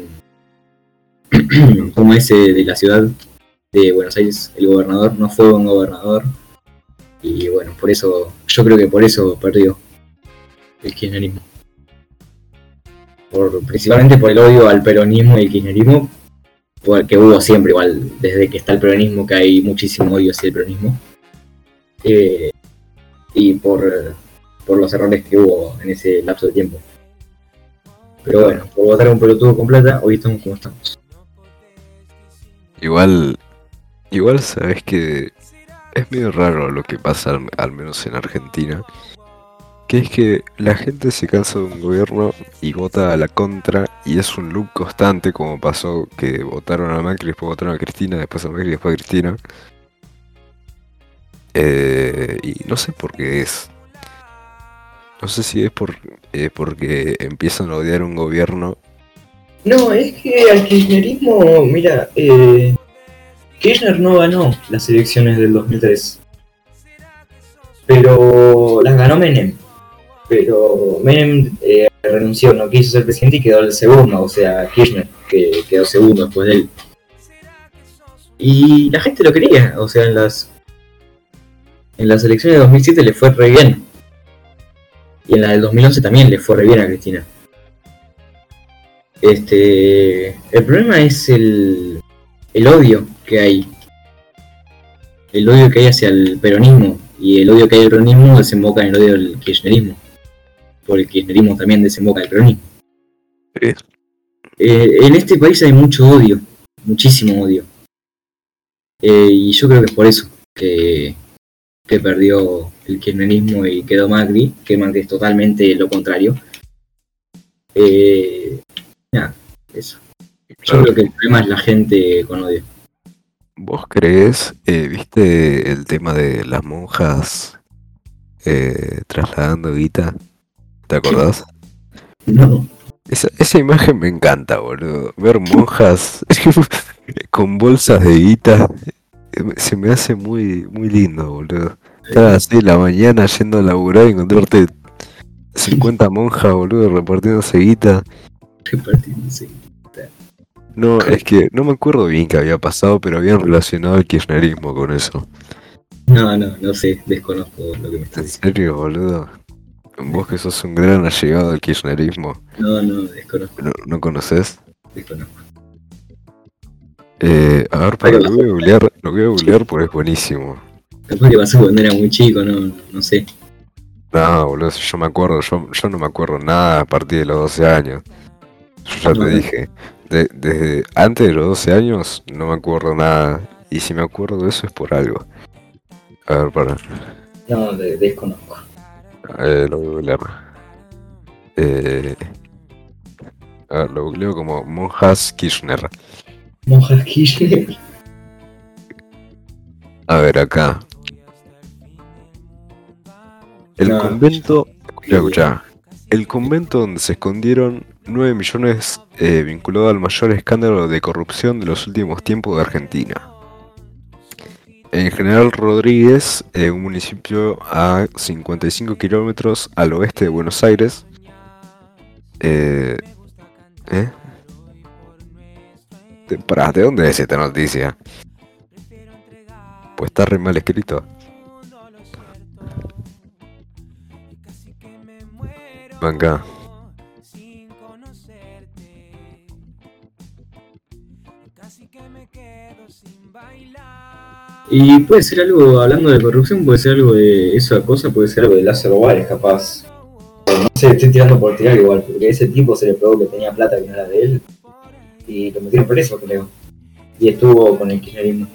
[SPEAKER 2] como ese de la ciudad de Buenos Aires, el gobernador no fue buen gobernador, y bueno, por eso, yo creo que por eso perdió el kirchnerismo. Principalmente por el odio al peronismo y el kirchnerismo, que hubo siempre, igual, desde que está el peronismo, que hay muchísimo odio hacia el peronismo. Y por los errores que hubo en ese lapso de tiempo. Pero bueno, por votar a un pelotudo con plata, hoy estamos como estamos.
[SPEAKER 1] Igual sabes que es medio raro lo que pasa, al menos en Argentina, que es que la gente se cansa de un gobierno y vota a la contra, y es un loop constante, como pasó que votaron a Macri, después votaron a Cristina, después a Macri, después a Cristina. Y no sé por qué es. No sé si es porque empiezan a odiar un gobierno.
[SPEAKER 2] No, es que al kirchnerismo, mira, Kirchner no ganó las elecciones del 2003, pero las ganó Menem. Pero Menem renunció, no quiso ser presidente y quedó el segundo, o sea, Kirchner, que quedó segundo después de él. Y la gente lo quería, o sea, en las elecciones de 2007 le fue re bien. Y en la del 2011 también le fue re bien a Cristina. El problema es el odio que hay. El odio que hay hacia el peronismo. Y el odio que hay al peronismo desemboca en el odio del kirchnerismo. Por el kirchnerismo también desemboca el peronismo. En este país hay mucho odio. Muchísimo odio. Y yo creo que es por eso que perdió el kirchnerismo y quedó Macri. Que Macri es totalmente lo contrario. Nada, eso. Yo creo que el problema es la gente con odio.
[SPEAKER 1] ¿Vos creés, viste el tema de las monjas trasladando guita? ¿Te acordás?
[SPEAKER 2] No.
[SPEAKER 1] Esa imagen me encanta, boludo. Ver monjas con bolsas de guita se me hace muy, muy lindo, boludo. Estar así en la mañana yendo a laburar y encontrarte 50 monjas, boludo, repartiéndose guita. No, es que no me acuerdo bien qué había pasado, pero habían relacionado el kirchnerismo con eso.
[SPEAKER 2] No sé, desconozco lo que me estás diciendo.
[SPEAKER 1] ¿En serio, boludo? Vos que sos un gran allegado al kirchnerismo,
[SPEAKER 2] No, desconozco,
[SPEAKER 1] ¿no conoces?
[SPEAKER 2] desconozco.
[SPEAKER 1] A ver, para,
[SPEAKER 2] Algo
[SPEAKER 1] lo voy a googlear porque es buenísimo.
[SPEAKER 2] capaz que pasó cuando era muy chico, no sé.
[SPEAKER 1] No, boludo, si yo me acuerdo, yo no me acuerdo nada a partir de los 12 años. Yo ya te
[SPEAKER 2] No,
[SPEAKER 1] dije, desde antes de los 12 años no me acuerdo nada. Y si me acuerdo de eso es por algo. A ver, para,
[SPEAKER 2] desconozco.
[SPEAKER 1] lo voy a googlear. Eh, a ver, lo googleo como Monjas Kirchner.
[SPEAKER 2] Monjas Kirchner.
[SPEAKER 1] A ver, acá. El
[SPEAKER 2] No,
[SPEAKER 1] convento, escuchá. El convento donde se escondieron 9 millones vinculado al mayor escándalo de corrupción de los últimos tiempos de Argentina. En General Rodríguez, un municipio a 55 kilómetros al oeste de Buenos Aires. ¿Eh? Pará, ¿de dónde es esta noticia? Pues está re mal escrito. Acá.
[SPEAKER 2] Y puede ser algo, hablando de corrupción, puede ser algo de esa cosa, puede ser algo de Lázaro Báez, capaz. No sé, estoy tirando por tirar igual, porque a ese tipo se le probó que tenía plata que no era de él, y lo metieron preso, creo. Y estuvo con el kirchnerismo.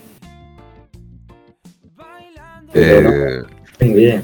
[SPEAKER 2] Pero no tengo idea.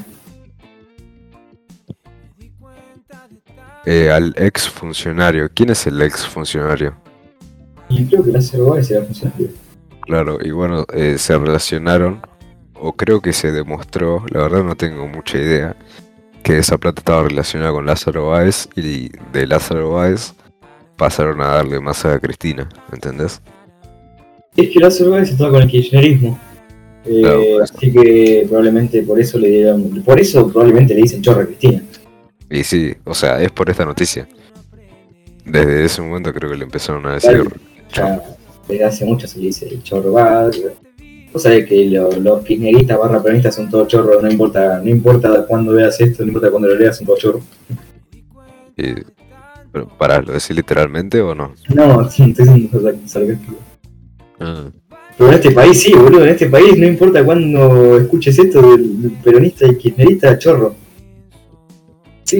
[SPEAKER 1] Al ex funcionario. ¿Quién es el ex funcionario?
[SPEAKER 2] Y creo que Lázaro Báez era funcionario.
[SPEAKER 1] Claro, y bueno, se relacionaron, o creo que se demostró, la verdad no tengo mucha idea, que esa plata estaba relacionada con Lázaro Báez y de Lázaro Báez pasaron a darle más a Cristina, ¿entendés?
[SPEAKER 2] Es que Lázaro Báez estaba con el kirchnerismo.
[SPEAKER 1] Claro, por eso.
[SPEAKER 2] Así que probablemente por eso le dieron. Por eso probablemente le dicen chorra a Cristina.
[SPEAKER 1] Y sí, o sea, es por esta noticia. Desde ese momento creo que le empezaron a decir...
[SPEAKER 2] Ya desde hace mucho se le dice el chorro. Vos sabés que los kirchneristas barra peronistas son todos chorros, no importa cuándo veas esto, no importa cuándo lo leas, son todos chorros.
[SPEAKER 1] Pero, ¿para lo decir literalmente o no?
[SPEAKER 2] No, sí, estoy siendo sarcástico.
[SPEAKER 1] Ah,
[SPEAKER 2] Pero en este país sí, boludo, en este país no importa cuándo escuches esto del peronista y kirchnerista, chorro. Sí,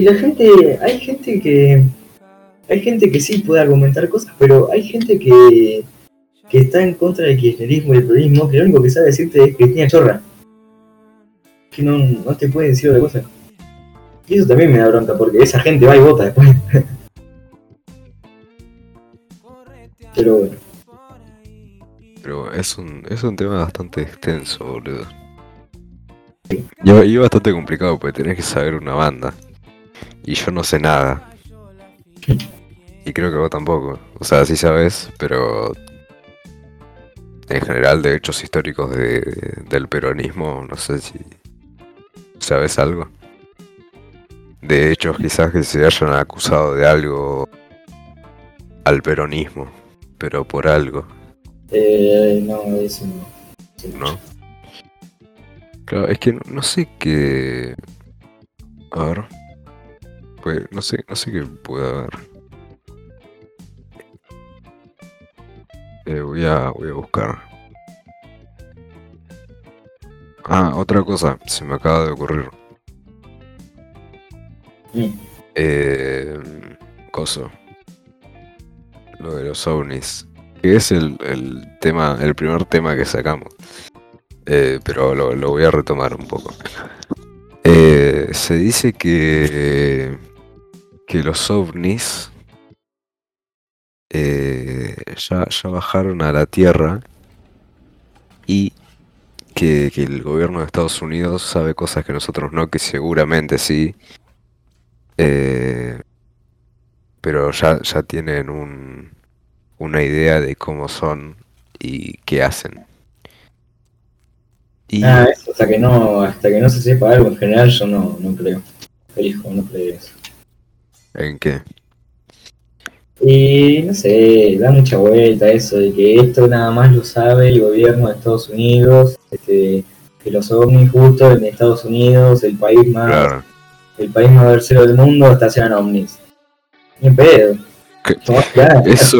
[SPEAKER 2] hay gente que sí puede argumentar cosas, pero hay gente que está en contra del kirchnerismo y el peronismo, que lo único que sabe decirte es Cristina chorra. Que no te puede decir otra cosa. Y eso también me da bronca, porque esa gente va y vota después. Pero bueno.
[SPEAKER 1] pero es un tema bastante extenso, boludo. Y bastante complicado porque tenés que saber una banda. Y yo no sé nada. Y creo que vos tampoco. O sea, sí sabes, pero en general de hechos históricos del peronismo, no sé si sabes algo. De hechos quizás que se hayan acusado de algo al peronismo, pero por algo,
[SPEAKER 2] No, eso no. Sí.
[SPEAKER 1] ¿no? Claro, es que no sé qué... A ver... Pues no sé qué puede haber. Voy a buscar. Ah, otra cosa, se me acaba de ocurrir. Coso. Lo de los ovnis. Que es el tema, el primer tema que sacamos. Pero lo voy a retomar un poco. Se dice que los ovnis ya bajaron a la Tierra y que el gobierno de Estados Unidos sabe cosas que nosotros no, que seguramente sí, pero ya tienen una idea de cómo son y qué hacen. Y
[SPEAKER 2] Eso, hasta que no se sepa algo en general, yo no creo. Elijo no creer eso.
[SPEAKER 1] ¿en qué?
[SPEAKER 2] Y no sé, da mucha vuelta eso de que esto nada más lo sabe el gobierno de Estados Unidos, que los ovnis justo en Estados Unidos, el país más
[SPEAKER 1] Claro.
[SPEAKER 2] el país más versero del mundo estacionan ovnis. Ni en pedo.
[SPEAKER 1] Que-
[SPEAKER 2] Tomás, claro.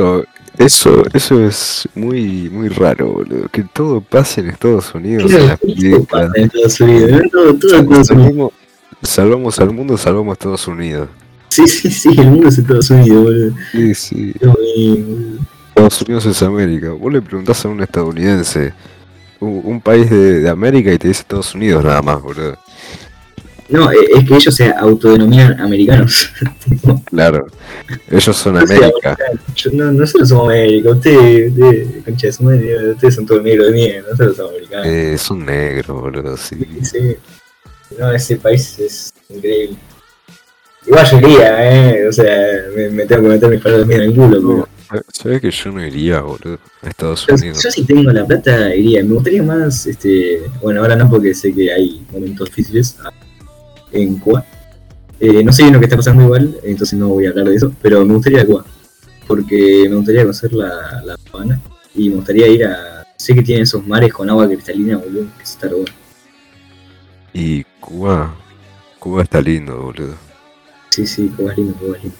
[SPEAKER 1] eso es muy, muy raro, boludo. Que todo pase en Estados Unidos, en
[SPEAKER 2] Claro,
[SPEAKER 1] las
[SPEAKER 2] todo pasa
[SPEAKER 1] películas.
[SPEAKER 2] en Estados Unidos, ¿no? Todo en Estados Unidos.
[SPEAKER 1] Salvamos al mundo, salvamos a Estados Unidos.
[SPEAKER 2] Sí, el mundo es Estados Unidos, boludo.
[SPEAKER 1] Sí, sí.
[SPEAKER 2] Dios mío, boludo.
[SPEAKER 1] Estados Unidos es América. Vos le preguntás a un estadounidense, un país de América y te dice Estados Unidos nada más, boludo.
[SPEAKER 2] No, es que ellos se autodenominan americanos.
[SPEAKER 1] Claro, ellos son
[SPEAKER 2] No sé,
[SPEAKER 1] América.
[SPEAKER 2] nosotros somos América, ustedes, concha de su madre, ustedes son todos negros de mierda, nosotros somos americanos.
[SPEAKER 1] Son negros, boludo, sí.
[SPEAKER 2] Sí. No, ese país es increíble. Igual yo iría, o sea, me tengo que meter mis palos de mierda en el culo,
[SPEAKER 1] No,
[SPEAKER 2] pero...
[SPEAKER 1] ¿sabes que yo no iría, boludo, a Estados
[SPEAKER 2] Yo,
[SPEAKER 1] Unidos?
[SPEAKER 2] yo si tengo la plata iría, me gustaría más, bueno, ahora no porque sé que hay momentos difíciles en Cuba. No sé bien lo que está pasando igual, entonces no voy a hablar de eso, pero me gustaría ir a Cuba, porque me gustaría conocer la Habana y me gustaría ir a... Sé que tienen esos mares con agua cristalina, boludo, que está bueno.
[SPEAKER 1] Y Cuba está lindo, boludo.
[SPEAKER 2] Sí, Cuba es lindo, Cuba es lindo.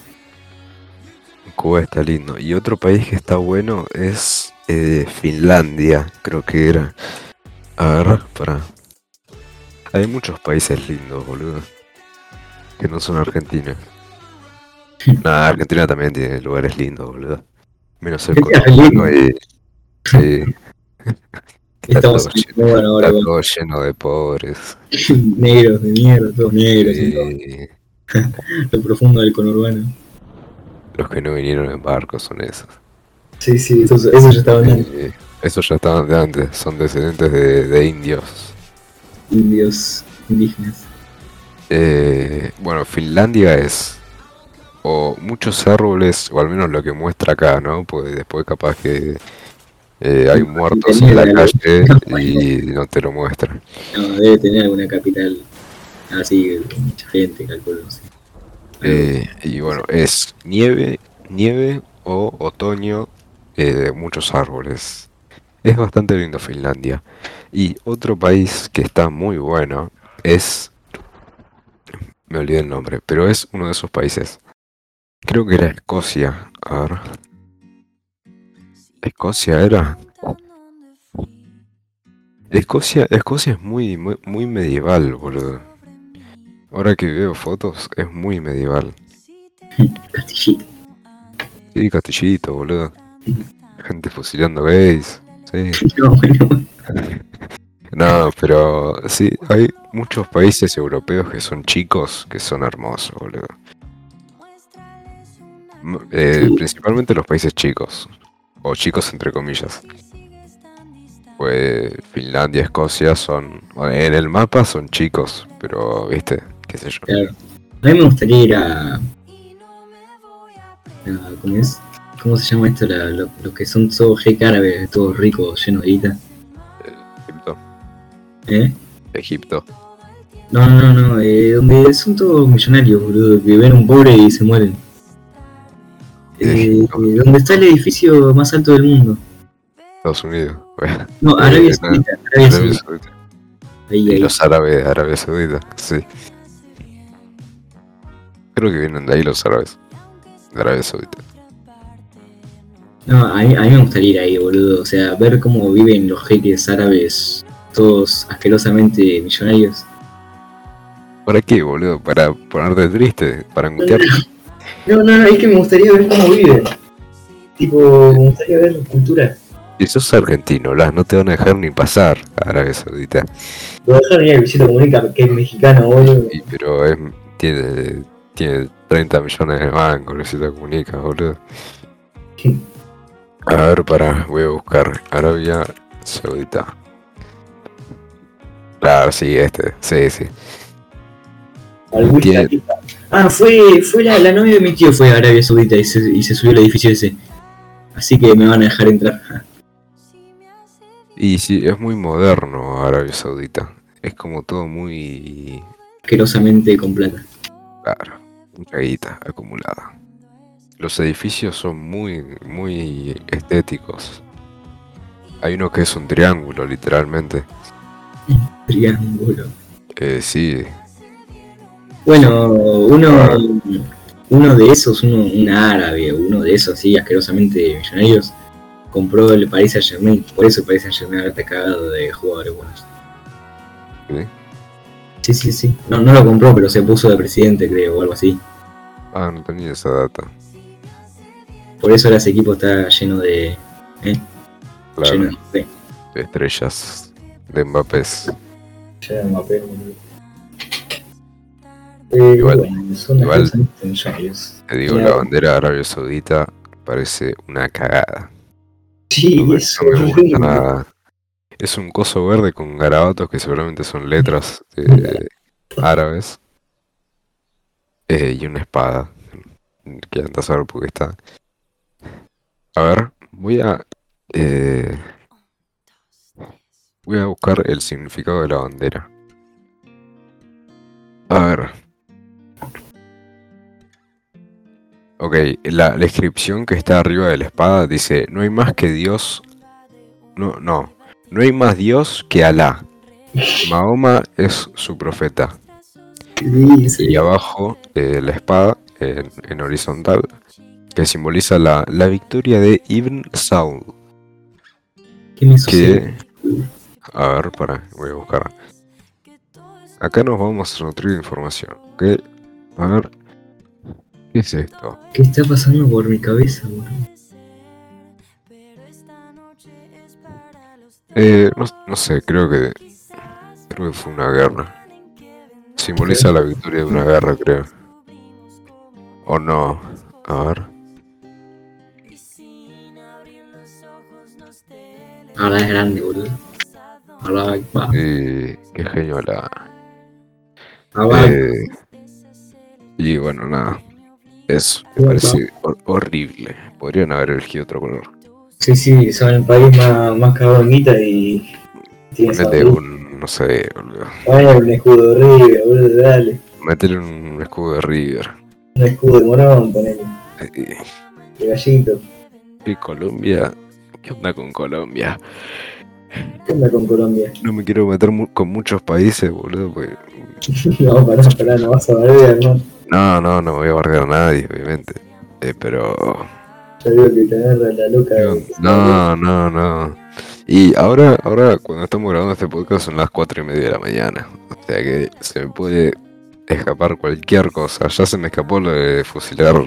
[SPEAKER 1] Cuba está lindo. Y otro país que está bueno es Finlandia, creo que era. A ver, para. Hay muchos países lindos, boludo. Que no son Argentina. Nada, Argentina también tiene lugares lindos, boludo. Menos el
[SPEAKER 2] Argentina es
[SPEAKER 1] conurbano
[SPEAKER 2] lindo.
[SPEAKER 1] y está
[SPEAKER 2] Estamos
[SPEAKER 1] todo,
[SPEAKER 2] en bueno ahora,
[SPEAKER 1] está
[SPEAKER 2] bueno.
[SPEAKER 1] todo lleno de pobres.
[SPEAKER 2] Negros de mierda, todos negros, en todo
[SPEAKER 1] Y
[SPEAKER 2] lo profundo del conurbano.
[SPEAKER 1] los que no vinieron en barco son esos.
[SPEAKER 2] Sí, eso ya estaba hablando.
[SPEAKER 1] Esos ya estaban de antes, son descendientes de indios.
[SPEAKER 2] Indios, indígenas.
[SPEAKER 1] Bueno, Finlandia es o muchos árboles, o al menos lo que muestra acá, ¿no? Pues después capaz que hay muertos en la calle y no te lo muestran.
[SPEAKER 2] No, debe tener alguna capital así, con mucha gente, calculo, no sé.
[SPEAKER 1] Y bueno, es nieve o otoño de muchos árboles. Es bastante lindo Finlandia. Y otro país que está muy bueno es, me olvidé el nombre, pero es uno de esos países. Creo que era Escocia. A ver. ¿Escocia era? Escocia es muy medieval, boludo. Ahora que veo fotos, es muy medieval.
[SPEAKER 2] Castillito.
[SPEAKER 1] Sí, castillito, boludo. Gente fusilando gays. Sí.
[SPEAKER 2] No, bueno.
[SPEAKER 1] No, pero sí, hay muchos países europeos que son chicos, que son hermosos, boludo.
[SPEAKER 2] Sí,
[SPEAKER 1] Principalmente los países chicos, o chicos entre comillas. Pues Finlandia, Escocia son, bueno, en el mapa son chicos, pero viste, qué sé yo.
[SPEAKER 2] claro. A mí me gustaría ir ¿cómo es? ¿Cómo se llama esto? Los que son todos jeque árabes, todos ricos, llenos de guita.
[SPEAKER 1] Egipto,
[SPEAKER 2] ¿Eh?
[SPEAKER 1] Egipto.
[SPEAKER 2] No, donde son todos millonarios, boludo, que ven a un pobre y se mueren.
[SPEAKER 1] Egipto,
[SPEAKER 2] Donde está el edificio más alto del mundo.
[SPEAKER 1] Estados Unidos. Bueno,
[SPEAKER 2] No, Arabia
[SPEAKER 1] no,
[SPEAKER 2] Saudita,
[SPEAKER 1] Arabia
[SPEAKER 2] Arabia Saudita.
[SPEAKER 1] Saudita.
[SPEAKER 2] Ahí,
[SPEAKER 1] Y
[SPEAKER 2] ahí.
[SPEAKER 1] los árabes de Arabia Saudita, sí. Creo que vienen de ahí los árabes, de Arabia Saudita.
[SPEAKER 2] No, a mí me gustaría ir ahí, boludo. O sea, ver cómo viven los jeques árabes, todos asquerosamente millonarios.
[SPEAKER 1] ¿Para qué, boludo? ¿Para ponerte triste? ¿Para angustiarte?
[SPEAKER 2] No, es que me gustaría ver cómo viven. Tipo, me gustaría ver cultura.
[SPEAKER 1] Si sos argentino, no te van a dejar ni pasar a Arabia Saudita.
[SPEAKER 2] Lo dejar venir a Luisito Comunica, que es mexicano, boludo.
[SPEAKER 1] Pero tiene 30 millones de bancos, Luisito Comunica, boludo. A ver, voy a buscar Arabia Saudita. Claro, sí, sí. Tiene-
[SPEAKER 2] Fue la novia de mi tío, fue a Arabia Saudita y se subió al edificio ese. Así que me van a dejar entrar.
[SPEAKER 1] Y sí, es muy moderno Arabia Saudita. Es como todo muy...
[SPEAKER 2] Asquerosamente con plata.
[SPEAKER 1] Claro, mucha guita acumulada. Los edificios son muy estéticos. Hay uno que es un triángulo, literalmente.
[SPEAKER 2] Triángulo.
[SPEAKER 1] Sí,
[SPEAKER 2] Bueno, uno de esos, un árabe, uno de esos así asquerosamente millonarios, compró el Paris Saint-Germain. Por eso el Paris Saint-Germain ahora está cagado de jugadores buenos.
[SPEAKER 1] ¿Sí?
[SPEAKER 2] Sí. No lo compró, pero se puso de presidente, creo, o algo así.
[SPEAKER 1] Ah, no tenía esa data.
[SPEAKER 2] Por eso ahora ese equipo está lleno de...
[SPEAKER 1] Claro,
[SPEAKER 2] lleno de...
[SPEAKER 1] de estrellas, de Mbappés.
[SPEAKER 2] Lleno de Mbappé, boludo.
[SPEAKER 1] Igual-
[SPEAKER 2] bueno, son
[SPEAKER 1] igual-
[SPEAKER 2] asquerosamente millonarios.
[SPEAKER 1] Te digo, la bandera de Arabia Saudita parece una cagada.
[SPEAKER 2] Sí,
[SPEAKER 1] No me,
[SPEAKER 2] es
[SPEAKER 1] no me gusta
[SPEAKER 2] horrible.
[SPEAKER 1] nada. Es un coso verde con garabatos que seguramente son letras árabes. Y una espada. Que anda a saber por qué está. A ver, eh, voy a buscar el significado de la bandera. A ver. Ok, la descripción que está arriba de la espada dice: no hay más que Dios. No hay más Dios que Alá. Mahoma es su profeta.
[SPEAKER 2] Sí.
[SPEAKER 1] Y abajo la espada en horizontal que simboliza la victoria de Ibn Saud.
[SPEAKER 2] ¿Qué me sucede?
[SPEAKER 1] Que, a ver, voy a buscar. Acá nos vamos a nutrir de información. ¿Ok? A ver, ¿qué es esto?
[SPEAKER 2] ¿Qué está pasando por mi cabeza, boludo?
[SPEAKER 1] No sé, creo que fue una guerra. Simboliza la victoria de una guerra, creo. O no. A ver.
[SPEAKER 2] Ahora es grande, boludo. Ahora va.
[SPEAKER 1] Qué genio la.
[SPEAKER 2] Ahora
[SPEAKER 1] Y bueno, nada. Eso me parece horrible. Podrían haber elegido otro color.
[SPEAKER 2] Sí, son el país más cagón y tiene esa
[SPEAKER 1] Mete
[SPEAKER 2] bandera.
[SPEAKER 1] no sé, boludo.
[SPEAKER 2] Vaya un escudo de River, boludo, dale.
[SPEAKER 1] Métele un escudo de River.
[SPEAKER 2] Un escudo de Morón, ponele.
[SPEAKER 1] Eh,
[SPEAKER 2] De Gallito.
[SPEAKER 1] Y Colombia. ¿Qué onda con Colombia?
[SPEAKER 2] ¿Qué onda con Colombia?
[SPEAKER 1] No me quiero meter con muchos países, boludo, porque...
[SPEAKER 2] No, pará, no vas a bardear, ¿no?
[SPEAKER 1] No me voy a bardear a nadie, obviamente. Pero...
[SPEAKER 2] Ya veo que te agarra la loca de que se bardea.
[SPEAKER 1] No. Y ahora cuando estamos grabando este podcast son las 4:30 de la mañana. O sea que se me puede escapar cualquier cosa. Ya se me escapó lo de fusilar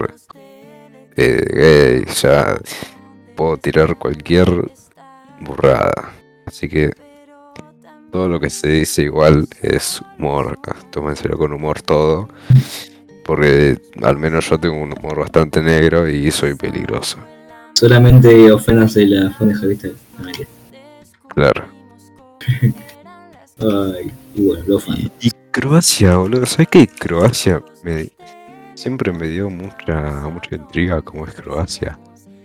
[SPEAKER 1] gay. Ya puedo tirar cualquier burrada. Así que todo lo que se dice igual es humor. Tómenselo con humor todo. Porque al menos yo tengo un humor bastante negro y soy peligroso.
[SPEAKER 2] Solamente oféndanse la fondeja, ¿viste? No, mentira.
[SPEAKER 1] Claro.
[SPEAKER 2] Ay, y bueno, lo fan.
[SPEAKER 1] Y Croacia, boludo. ¿Sabes qué? Croacia siempre me dio mucha intriga cómo es Croacia.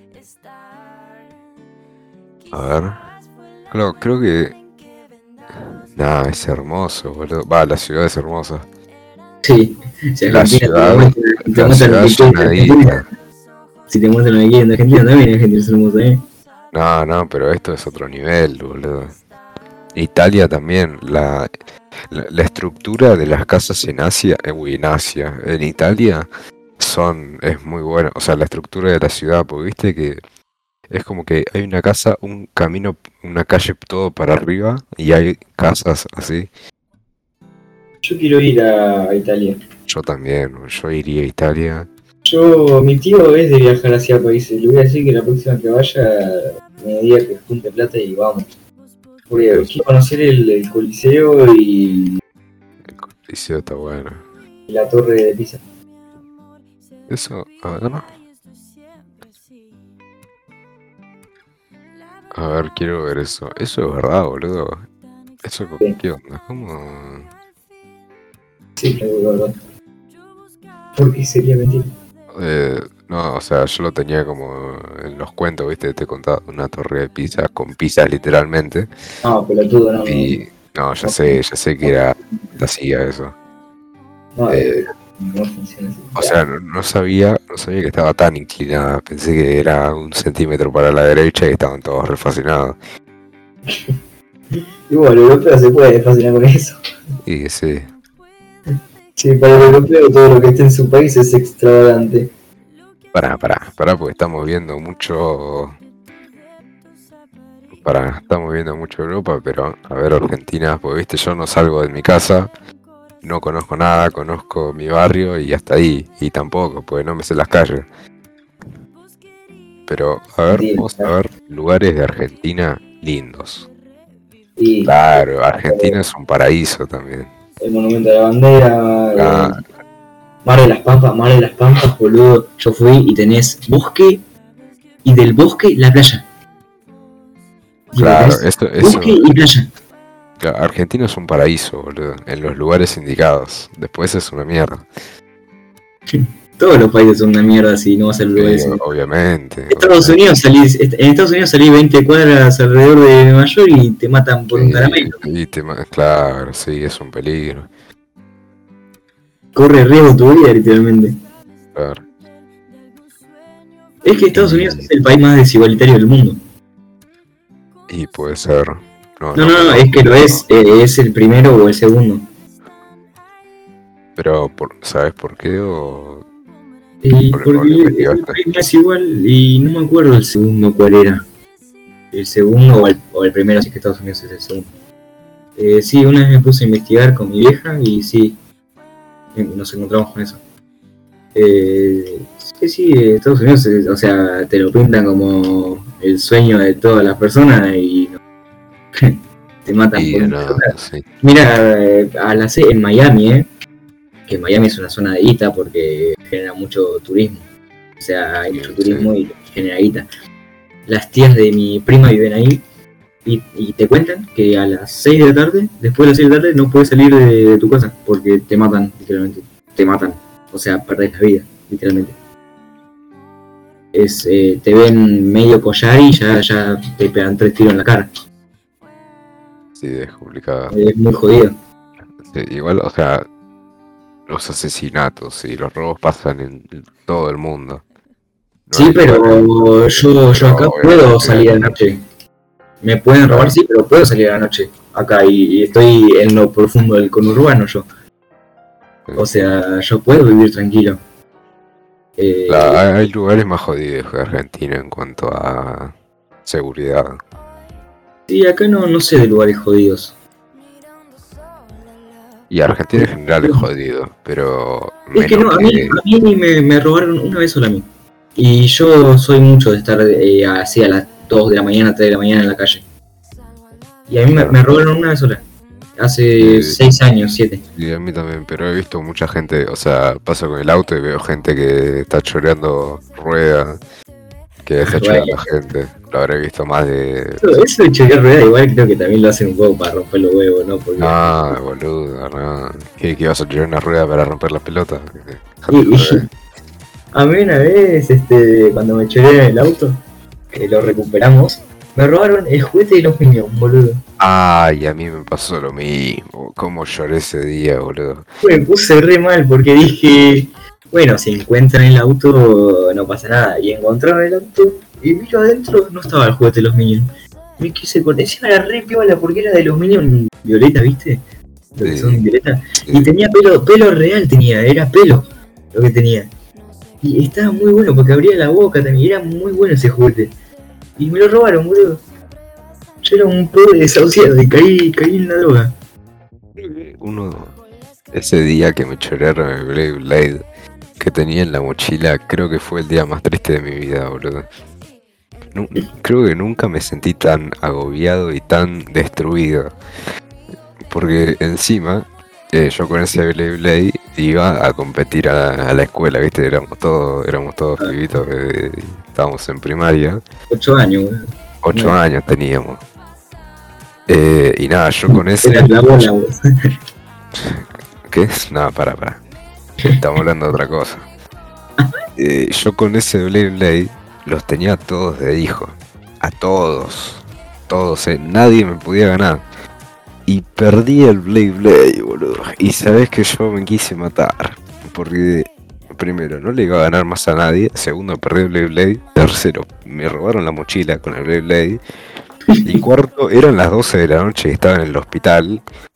[SPEAKER 1] A ver. Claro, creo que... Nada, es hermoso, boludo. Va, la ciudad es hermosa.
[SPEAKER 2] Sí, si
[SPEAKER 1] La
[SPEAKER 2] Argentina
[SPEAKER 1] ciudad,
[SPEAKER 2] te
[SPEAKER 1] la
[SPEAKER 2] muestran
[SPEAKER 1] ciudad
[SPEAKER 2] lo que
[SPEAKER 1] es
[SPEAKER 2] quieren
[SPEAKER 1] una
[SPEAKER 2] de Argentina.
[SPEAKER 1] isla.
[SPEAKER 2] Si te muestran lo que quieren de Argentina, también Argentina es hermosa, ¿eh?
[SPEAKER 1] No, pero esto es otro nivel, boludo. Italia también, la estructura de las casas en Asia, en Italia es muy buena. O sea, la estructura de la ciudad, porque viste que es como que hay una casa, un camino, una calle todo para arriba y hay casas así.
[SPEAKER 2] Yo quiero ir a Italia.
[SPEAKER 1] Yo también, yo iría a Italia.
[SPEAKER 2] Mi tío es de viajar hacia países. Le voy a decir que la próxima que vaya me diga que junte plata y vamos. Porque quiero conocer el Coliseo y
[SPEAKER 1] El Coliseo está bueno.
[SPEAKER 2] la Torre de Pisa.
[SPEAKER 1] Eso, a ver, ¿no? A ver, quiero ver eso. Eso es verdad, boludo. Eso,
[SPEAKER 2] Sí.
[SPEAKER 1] ¿qué onda? ¿Cómo?
[SPEAKER 2] Sí, la verdad. ¿Por qué sería mentira?
[SPEAKER 1] No, o sea, yo lo tenía como en los cuentos, ¿viste? Te contaba una torre de pizza con pizzas literalmente.
[SPEAKER 2] No, pelotudo, no.
[SPEAKER 1] Y no, ya sé que era fantasía eso.
[SPEAKER 2] No,
[SPEAKER 1] Eh,
[SPEAKER 2] no funciona así.
[SPEAKER 1] o sea, no sabía que estaba tan inclinada. Pensé que era 1 centímetro para la derecha y estaban todos refascinados.
[SPEAKER 2] Igual, europeo se puede fascinar con eso.
[SPEAKER 1] Y sí.
[SPEAKER 2] Sí, para el europeo todo lo que esté en su país es extravagante.
[SPEAKER 1] Pará, porque estamos viendo mucho. Estamos viendo mucho Europa, pero a ver, Argentina, pues viste, yo no salgo de mi casa, no conozco nada, conozco mi barrio y hasta ahí. Y tampoco, pues no me sé las calles. Pero, a ver,
[SPEAKER 2] Sí,
[SPEAKER 1] vamos a ver lugares de Argentina lindos.
[SPEAKER 2] y
[SPEAKER 1] Claro, Argentina es un paraíso también.
[SPEAKER 2] el monumento de la bandera,
[SPEAKER 1] Ah,
[SPEAKER 2] Mar de las Pampas, boludo. Yo fui y tenés bosque y del bosque la playa. Tipo,
[SPEAKER 1] claro,
[SPEAKER 2] tenés
[SPEAKER 1] eso,
[SPEAKER 2] bosque y playa.
[SPEAKER 1] claro, Argentina es un paraíso, boludo, en los lugares indicados. Después es una mierda.
[SPEAKER 2] Todos los países son una mierda si no vas al lugar ese.
[SPEAKER 1] Obviamente,
[SPEAKER 2] Estados Unidos en Estados Unidos salís 20 cuadras alrededor de Nueva York y te matan por un caramelo.
[SPEAKER 1] Claro, sí, es un peligro.
[SPEAKER 2] Corre riesgo tu vida, literalmente.
[SPEAKER 1] Claro.
[SPEAKER 2] Es que Estados Unidos es el país más desigualitario del mundo.
[SPEAKER 1] Y puede ser.
[SPEAKER 2] No, es que lo es el primero o el segundo.
[SPEAKER 1] Pero, ¿sabes por qué?
[SPEAKER 2] Porque es el país más igual y no me acuerdo el segundo cuál era. El segundo o el primero, así que Estados Unidos es el segundo. Sí, una vez me puse a investigar con mi vieja y sí, nos encontramos con eso. Sí, Estados Unidos, o sea, te lo pintan como el sueño de todas las personas y te matan por un
[SPEAKER 1] sí.
[SPEAKER 2] Mira, en Miami, que Miami es una zona de guita porque genera mucho turismo. O sea, hay mucho turismo y genera guita. Las tías de mi prima viven ahí y te cuentan que a las 6 de la tarde, después de las 6 de la tarde, no puedes salir de tu casa porque te matan, literalmente. Te matan. O sea, perdés la vida, literalmente. Te ven medio collar y ya te pegan 3 tiros en la cara.
[SPEAKER 1] Sí, es complicado.
[SPEAKER 2] Es muy jodido.
[SPEAKER 1] Sí, igual, o sea, los asesinatos y los robos pasan en todo el mundo. No
[SPEAKER 2] sí, pero yo acá puedo salir a la noche. Me pueden robar, sí, pero puedo salir a la noche acá y estoy en lo profundo del conurbano yo. O sea, yo puedo vivir tranquilo.
[SPEAKER 1] Claro, hay lugares más jodidos que Argentina en cuanto a seguridad.
[SPEAKER 2] Sí, acá no sé de lugares jodidos.
[SPEAKER 1] Y Argentina en general es jodido, pero...
[SPEAKER 2] Es que no, a mí me robaron una vez sola a mí. Y yo soy mucho de estar así a las 2 de la mañana, 3 de la mañana en la calle. Y a mí me robaron una vez sola. Hace 6 años, 7.
[SPEAKER 1] Y a mí también, pero he visto mucha gente, o sea, paso con el auto y veo gente que está choreando ruedas, que está choreando gente. Lo habré visto más de...
[SPEAKER 2] Eso de chorear ruedas igual creo que también lo hacen un poco para romper los huevos, ¿no? Porque...
[SPEAKER 1] No, boludo, no. ¿Qué vas a chorear una rueda para romper la pelota?
[SPEAKER 2] A mí una vez, cuando me choreé en el auto, que lo recuperamos, me robaron el juguete de los Minions, boludo.
[SPEAKER 1] Ay, a mí me pasó lo mismo. Cómo lloré ese día, boludo.
[SPEAKER 2] Me puse re mal porque dije, bueno, si encuentran el auto no pasa nada. Y encontraron el auto y miro adentro, no estaba el juguete de los Minions. Me quise con encima era re piola porque era de los Minions violeta, ¿viste? Lo que son violeta. Y tenía pelo real era pelo lo que tenía. Y estaba muy bueno porque abría la boca también, era muy bueno ese juguete. Y me lo robaron, boludo. Yo era un pobre desahuciado y caí en la droga.
[SPEAKER 1] Ese día que me chorearon el Blade que tenía en la mochila, creo que fue el día más triste de mi vida, boludo. Creo que nunca me sentí tan agobiado y tan destruido. Porque encima, yo con ese Blade iba a competir a la escuela, ¿viste? Éramos todos pibitos, estábamos en primaria.
[SPEAKER 2] 8 años, boludo.
[SPEAKER 1] 8 años teníamos. Y nada, yo con ese... ¿Qué? No, para. Estamos hablando de otra cosa. Yo con ese Blade los tenía todos de hijo. A todos. Todos, nadie me podía ganar. Y perdí el Blade, boludo. Y sabés que yo me quise matar. Porque, primero, no le iba a ganar más a nadie. Segundo, perdí el Blade. Tercero, me robaron la mochila con el Blade. Y cuarto, eran las 12 de la noche y estaba en el hospital.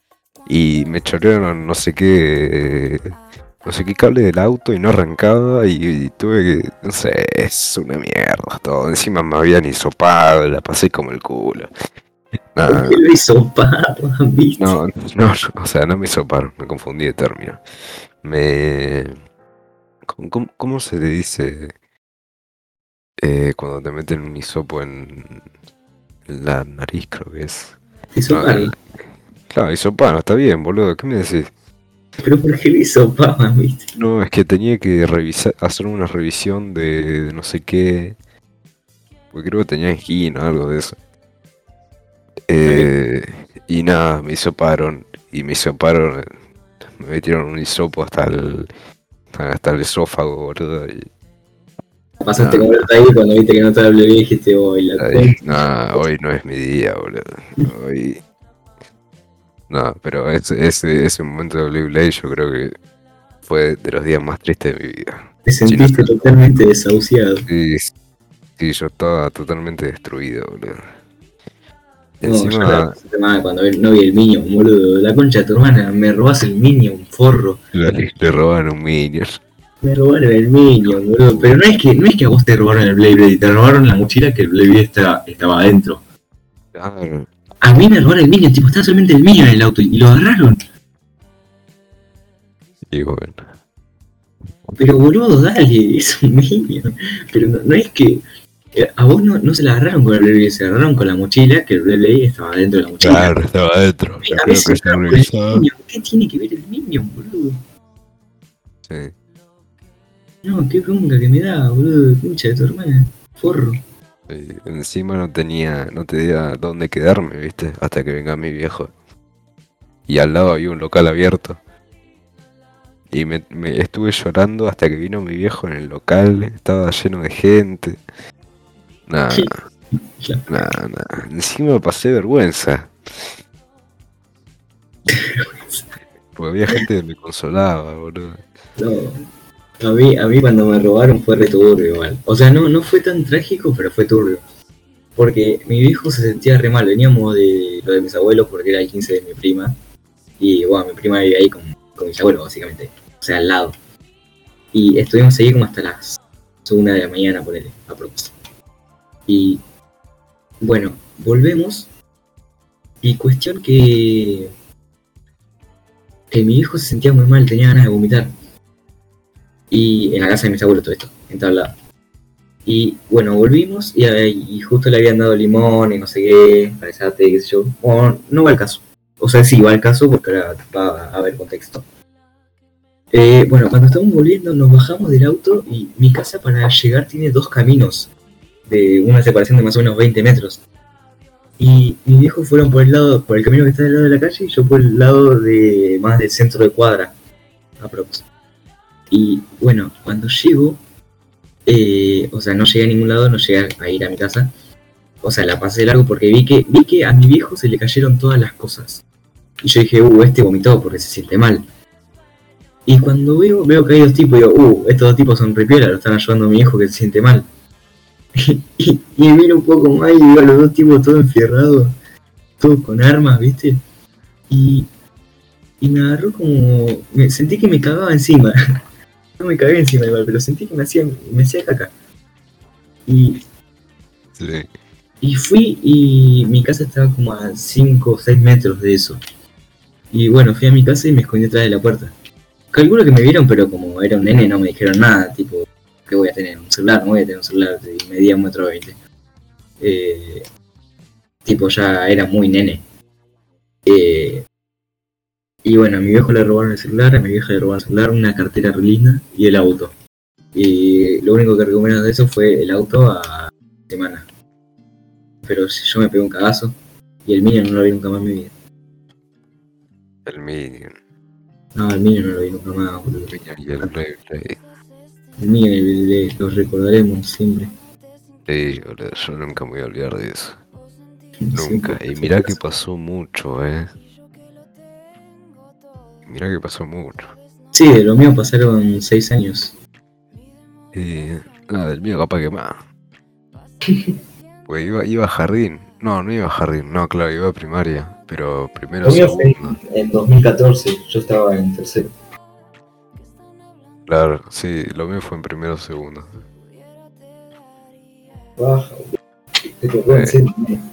[SPEAKER 1] Y me chorearon no sé qué cable del auto y no arrancaba y tuve que, no sé, es una mierda todo. Encima me habían hisopado, la pasé como el culo.
[SPEAKER 2] ¿Por
[SPEAKER 1] Nada,
[SPEAKER 2] qué lo hizo papá, viste?
[SPEAKER 1] no, o sea, no me hisoparon, me confundí de término. Me... ¿Cómo se le dice cuando te meten un hisopo en la nariz, creo que es?
[SPEAKER 2] Hizo
[SPEAKER 1] No,
[SPEAKER 2] paro.
[SPEAKER 1] claro, hisopado, está bien, boludo, ¿qué me decís?
[SPEAKER 2] Pero ¿por qué lo hizo papá, viste?
[SPEAKER 1] No, es que tenía que revisar, hacer una revisión de no sé qué, porque creo que tenía angina o algo de eso.
[SPEAKER 2] Ay,
[SPEAKER 1] Eh, y nada, me hisoparon, y me hisoparon, me metieron un hisopo hasta el esófago, boludo, y
[SPEAKER 2] pasaste con
[SPEAKER 1] nada,
[SPEAKER 2] ahí cuando viste que no te hablé y dijiste, hoy la
[SPEAKER 1] ay,
[SPEAKER 2] concha.
[SPEAKER 1] nada, hoy no es mi día, boludo. Hoy, no, pero ese momento de Blue Blade yo creo que fue de los días más tristes de mi vida.
[SPEAKER 2] Te
[SPEAKER 1] Si no,
[SPEAKER 2] sentiste totalmente desahuciado.
[SPEAKER 1] sí, sí, yo estaba totalmente destruido, boludo.
[SPEAKER 2] No, yo la
[SPEAKER 1] Encima
[SPEAKER 2] pasé mal cuando no vi el Minion, boludo. La concha de tu hermana, me robás el Minion, forro.
[SPEAKER 1] le roban un Minion.
[SPEAKER 2] Me robaron el Minion, boludo. Pero no es que a vos te robaron el Blade Blade, te robaron la mochila que el Blade Blade estaba adentro.
[SPEAKER 1] Claro,
[SPEAKER 2] A mí me robaron el Minion, tipo, estaba solamente el Minion en el auto y lo agarraron.
[SPEAKER 1] y bueno.
[SPEAKER 2] Pero boludo, dale, es un Minion. Pero no es que. A vos no se la agarraron con el Blade Blade, se agarraron con la mochila, que el Blade Blade estaba dentro de la mochila.
[SPEAKER 1] Claro, estaba adentro. Yo
[SPEAKER 2] A mí
[SPEAKER 1] creo
[SPEAKER 2] se
[SPEAKER 1] que
[SPEAKER 2] me
[SPEAKER 1] se
[SPEAKER 2] agarraron con el
[SPEAKER 1] revisaba.
[SPEAKER 2] Minion. ¿Qué tiene que ver el Minion, boludo?
[SPEAKER 1] Sí.
[SPEAKER 2] No, qué bronca que me da, boludo. Concha de tu hermana. Forro.
[SPEAKER 1] Encima no tenía dónde quedarme, ¿viste? Hasta que venga mi viejo. Y al lado había un local abierto. Y me estuve llorando hasta que vino mi viejo en el local. Estaba lleno de gente. Nada,
[SPEAKER 2] Claro.
[SPEAKER 1] nada. Encima pasé vergüenza. Porque había gente que me consolaba, boludo.
[SPEAKER 2] No, a mí cuando me robaron fue re turbio igual. O sea, no fue tan trágico, pero fue turbio. Porque mi viejo se sentía re mal. Veníamos de lo de mis abuelos porque era el 15 de mi prima. Y bueno, mi prima vive ahí con mis abuelos, básicamente. O sea, al lado. Y estuvimos ahí como hasta las 1 de la mañana, ponele, aprox. Y bueno, volvemos. Y cuestión que mi viejo se sentía muy mal, tenía ganas de vomitar. Y en la casa de mis abuelos todo esto, en Tablada. Y bueno, volvimos y justo le habían dado limón y no sé qué, paresate, qué sé yo. Bueno, no va al caso. O sea, sí va al caso porque ahora va a haber contexto. Bueno, cuando estamos volviendo nos bajamos del auto y mi casa para llegar tiene dos caminos de una separación de más o menos 20 metros. Y mis viejos fueron por el camino que está del lado de la calle y yo por el lado de más del centro de cuadra, aprox. Y bueno, cuando llego, o sea, no llegué a ningún lado, no llegué a ir a mi casa. O sea, la pasé de largo porque vi que a mi viejo se le cayeron todas las cosas. Y yo dije, este vomitó porque se siente mal. Y cuando veo que hay dos tipos, digo, estos dos tipos son repiola, lo están ayudando a mi hijo que se siente mal. y miro un poco más y veo a los dos tipos todos enfierrados, todos con armas, ¿viste? Y me agarró como. Sentí que me cagaba encima. No me cagué encima igual, pero sentí que me hacía caca. Y,
[SPEAKER 1] Sí.
[SPEAKER 2] y fui y mi casa estaba como a 5 o 6 metros de eso. Y bueno, fui a mi casa y me escondí atrás de la puerta. Calculo que me vieron, pero como era un nene no me dijeron nada, tipo, ¿qué voy a tener? ¿Un celular? No voy a tener un celular, medía 1,20 m. Tipo, ya era muy nene. Y bueno, a mi viejo le robaron el celular, a mi vieja le robaron el celular, una cartera re linda y el auto. Y lo único que recuperamos de eso fue el auto a semana. Pero yo me pegué un cagazo y el Minion no lo vi nunca más en mi vida.
[SPEAKER 1] El Minion.
[SPEAKER 2] No, el Minion no lo vi nunca más, boludo.
[SPEAKER 1] El Minion y el Blade Blade.
[SPEAKER 2] El Minion y el Blade los recordaremos siempre.
[SPEAKER 1] Sí, boludo, yo nunca me voy a olvidar de eso.
[SPEAKER 2] Siempre.
[SPEAKER 1] Nunca. Y mirá que pasó mucho, Mirá que pasó mucho.
[SPEAKER 2] Sí, de lo mío pasaron 6 años.
[SPEAKER 1] Nada, del mío capaz que más. Pues iba a jardín. No iba a jardín. No, claro, iba a primaria. Pero primero
[SPEAKER 2] Lo mío fue
[SPEAKER 1] segundo.
[SPEAKER 2] en 2014, yo estaba en tercero.
[SPEAKER 1] Claro, sí, lo mío fue en primero segundo.
[SPEAKER 2] Baja, te tocó en serio.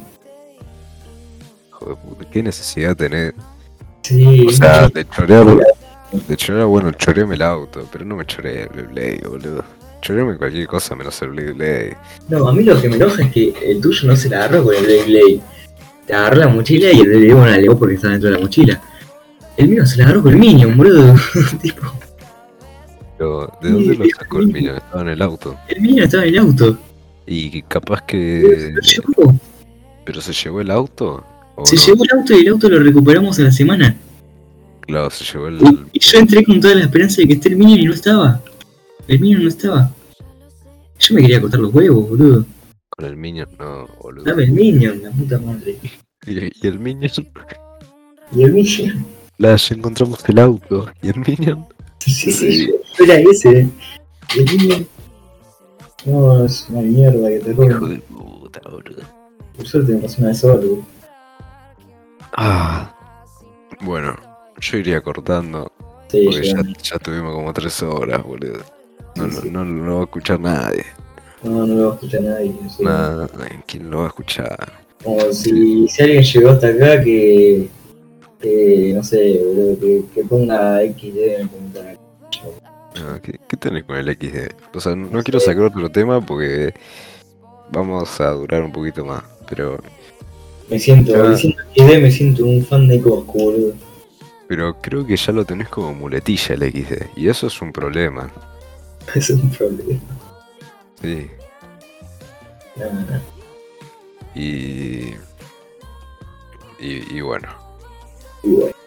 [SPEAKER 1] Joder, puta, ¿qué necesidad tener?
[SPEAKER 2] Sí,
[SPEAKER 1] O sea, de chorear, bueno, choreame el auto, pero no me choreé el Blade, boludo. Choreame cualquier cosa menos el Blade.
[SPEAKER 2] no, a mí lo que me enoja es que el tuyo no se la agarró con el Blade. Te agarró la mochila y el Blade bueno, la legó porque estaba dentro de la mochila. El mío se la agarró con el Minion, boludo. Tipo,
[SPEAKER 1] Pero, ¿de dónde lo sacó el Minion? Estaba en el auto.
[SPEAKER 2] el Minion estaba en el auto.
[SPEAKER 1] Y capaz
[SPEAKER 2] Lo
[SPEAKER 1] que...
[SPEAKER 2] llevó.
[SPEAKER 1] ¿Pero se llevó el auto? ¿O
[SPEAKER 2] Se
[SPEAKER 1] no?
[SPEAKER 2] llevó el auto y el auto lo recuperamos a la semana.
[SPEAKER 1] Claro, se llevó el...
[SPEAKER 2] Y yo entré con toda la esperanza de que esté el Minion y no estaba. El Minion no estaba. Yo me quería cortar los huevos, boludo.
[SPEAKER 1] Con el Minion, no, boludo.
[SPEAKER 2] Dame el Minion, la puta madre.
[SPEAKER 1] Y el Minion...
[SPEAKER 2] Y el Minion.
[SPEAKER 1] Ya encontramos el auto. ¿Y el Minion?
[SPEAKER 2] Sí, yo era ese. Y el Minion. No, es una mierda que te
[SPEAKER 1] Hijo
[SPEAKER 2] roban.
[SPEAKER 1] de puta, boludo.
[SPEAKER 2] Por suerte me pasó una vez solo.
[SPEAKER 1] Ah, bueno, yo iría cortando,
[SPEAKER 2] Sí,
[SPEAKER 1] porque
[SPEAKER 2] yo
[SPEAKER 1] ya tuvimos como 3 horas, boludo. No,
[SPEAKER 2] Sí, sí.
[SPEAKER 1] no lo va a escuchar nadie.
[SPEAKER 2] No lo va a escuchar nadie. Sí.
[SPEAKER 1] Nada, ¿quién lo va a escuchar?
[SPEAKER 2] Como si alguien llegó hasta acá que no sé, boludo, que ponga XD en el comentario.
[SPEAKER 1] Ah, ¿qué tenés con el XD? O sea, no quiero sacar otro tema porque vamos a durar un poquito más, pero
[SPEAKER 2] Diciendo
[SPEAKER 1] ya-
[SPEAKER 2] XD me siento un fan de Cosco, boludo.
[SPEAKER 1] pero creo que ya lo tenés como muletilla el XD, y eso es un problema,
[SPEAKER 2] Es un problema.
[SPEAKER 1] sí.
[SPEAKER 2] No.
[SPEAKER 1] Y bueno,
[SPEAKER 2] Y bueno,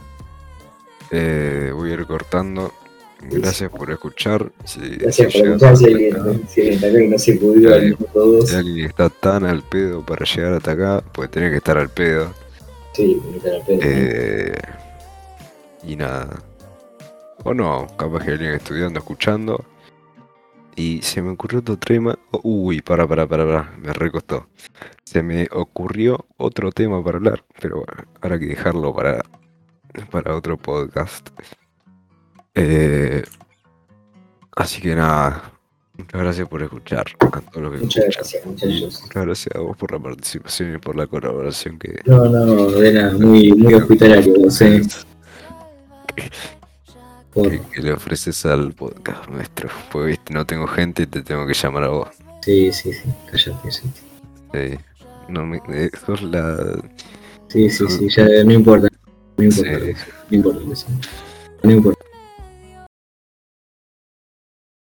[SPEAKER 1] voy a ir cortando. Gracias por escuchar.
[SPEAKER 2] gracias
[SPEAKER 1] Si
[SPEAKER 2] por
[SPEAKER 1] llegas
[SPEAKER 2] escuchar, si
[SPEAKER 1] hasta
[SPEAKER 2] alguien
[SPEAKER 1] acá,
[SPEAKER 2] está acá y no se pudrió al
[SPEAKER 1] si
[SPEAKER 2] minuto 2.
[SPEAKER 1] si alguien está tan al pedo para llegar hasta acá, pues tiene que estar al pedo.
[SPEAKER 2] Sí, porque está la pedo.
[SPEAKER 1] Eh, y nada. O no, capaz que alguien estudiando, escuchando. Y se me ocurrió otro tema. Uy, para, me recostó. Se me ocurrió otro tema para hablar, pero bueno, habrá que dejarlo para otro podcast. Así que nada, muchas gracias por escuchar a todos los que
[SPEAKER 2] Muchas
[SPEAKER 1] escuchan.
[SPEAKER 2] gracias,
[SPEAKER 1] Y
[SPEAKER 2] muchachos.
[SPEAKER 1] muchas gracias a vos por la participación y por la colaboración
[SPEAKER 2] No, de nada, muy hospitalario, no sé.
[SPEAKER 1] que le ofreces al podcast nuestro. Porque viste, no tengo gente y te tengo que llamar a vos.
[SPEAKER 2] Sí, cállate, sí.
[SPEAKER 1] No me, sos la...
[SPEAKER 2] Sí, ya no importa. No importa,
[SPEAKER 1] Sí.
[SPEAKER 2] no importa. No importa.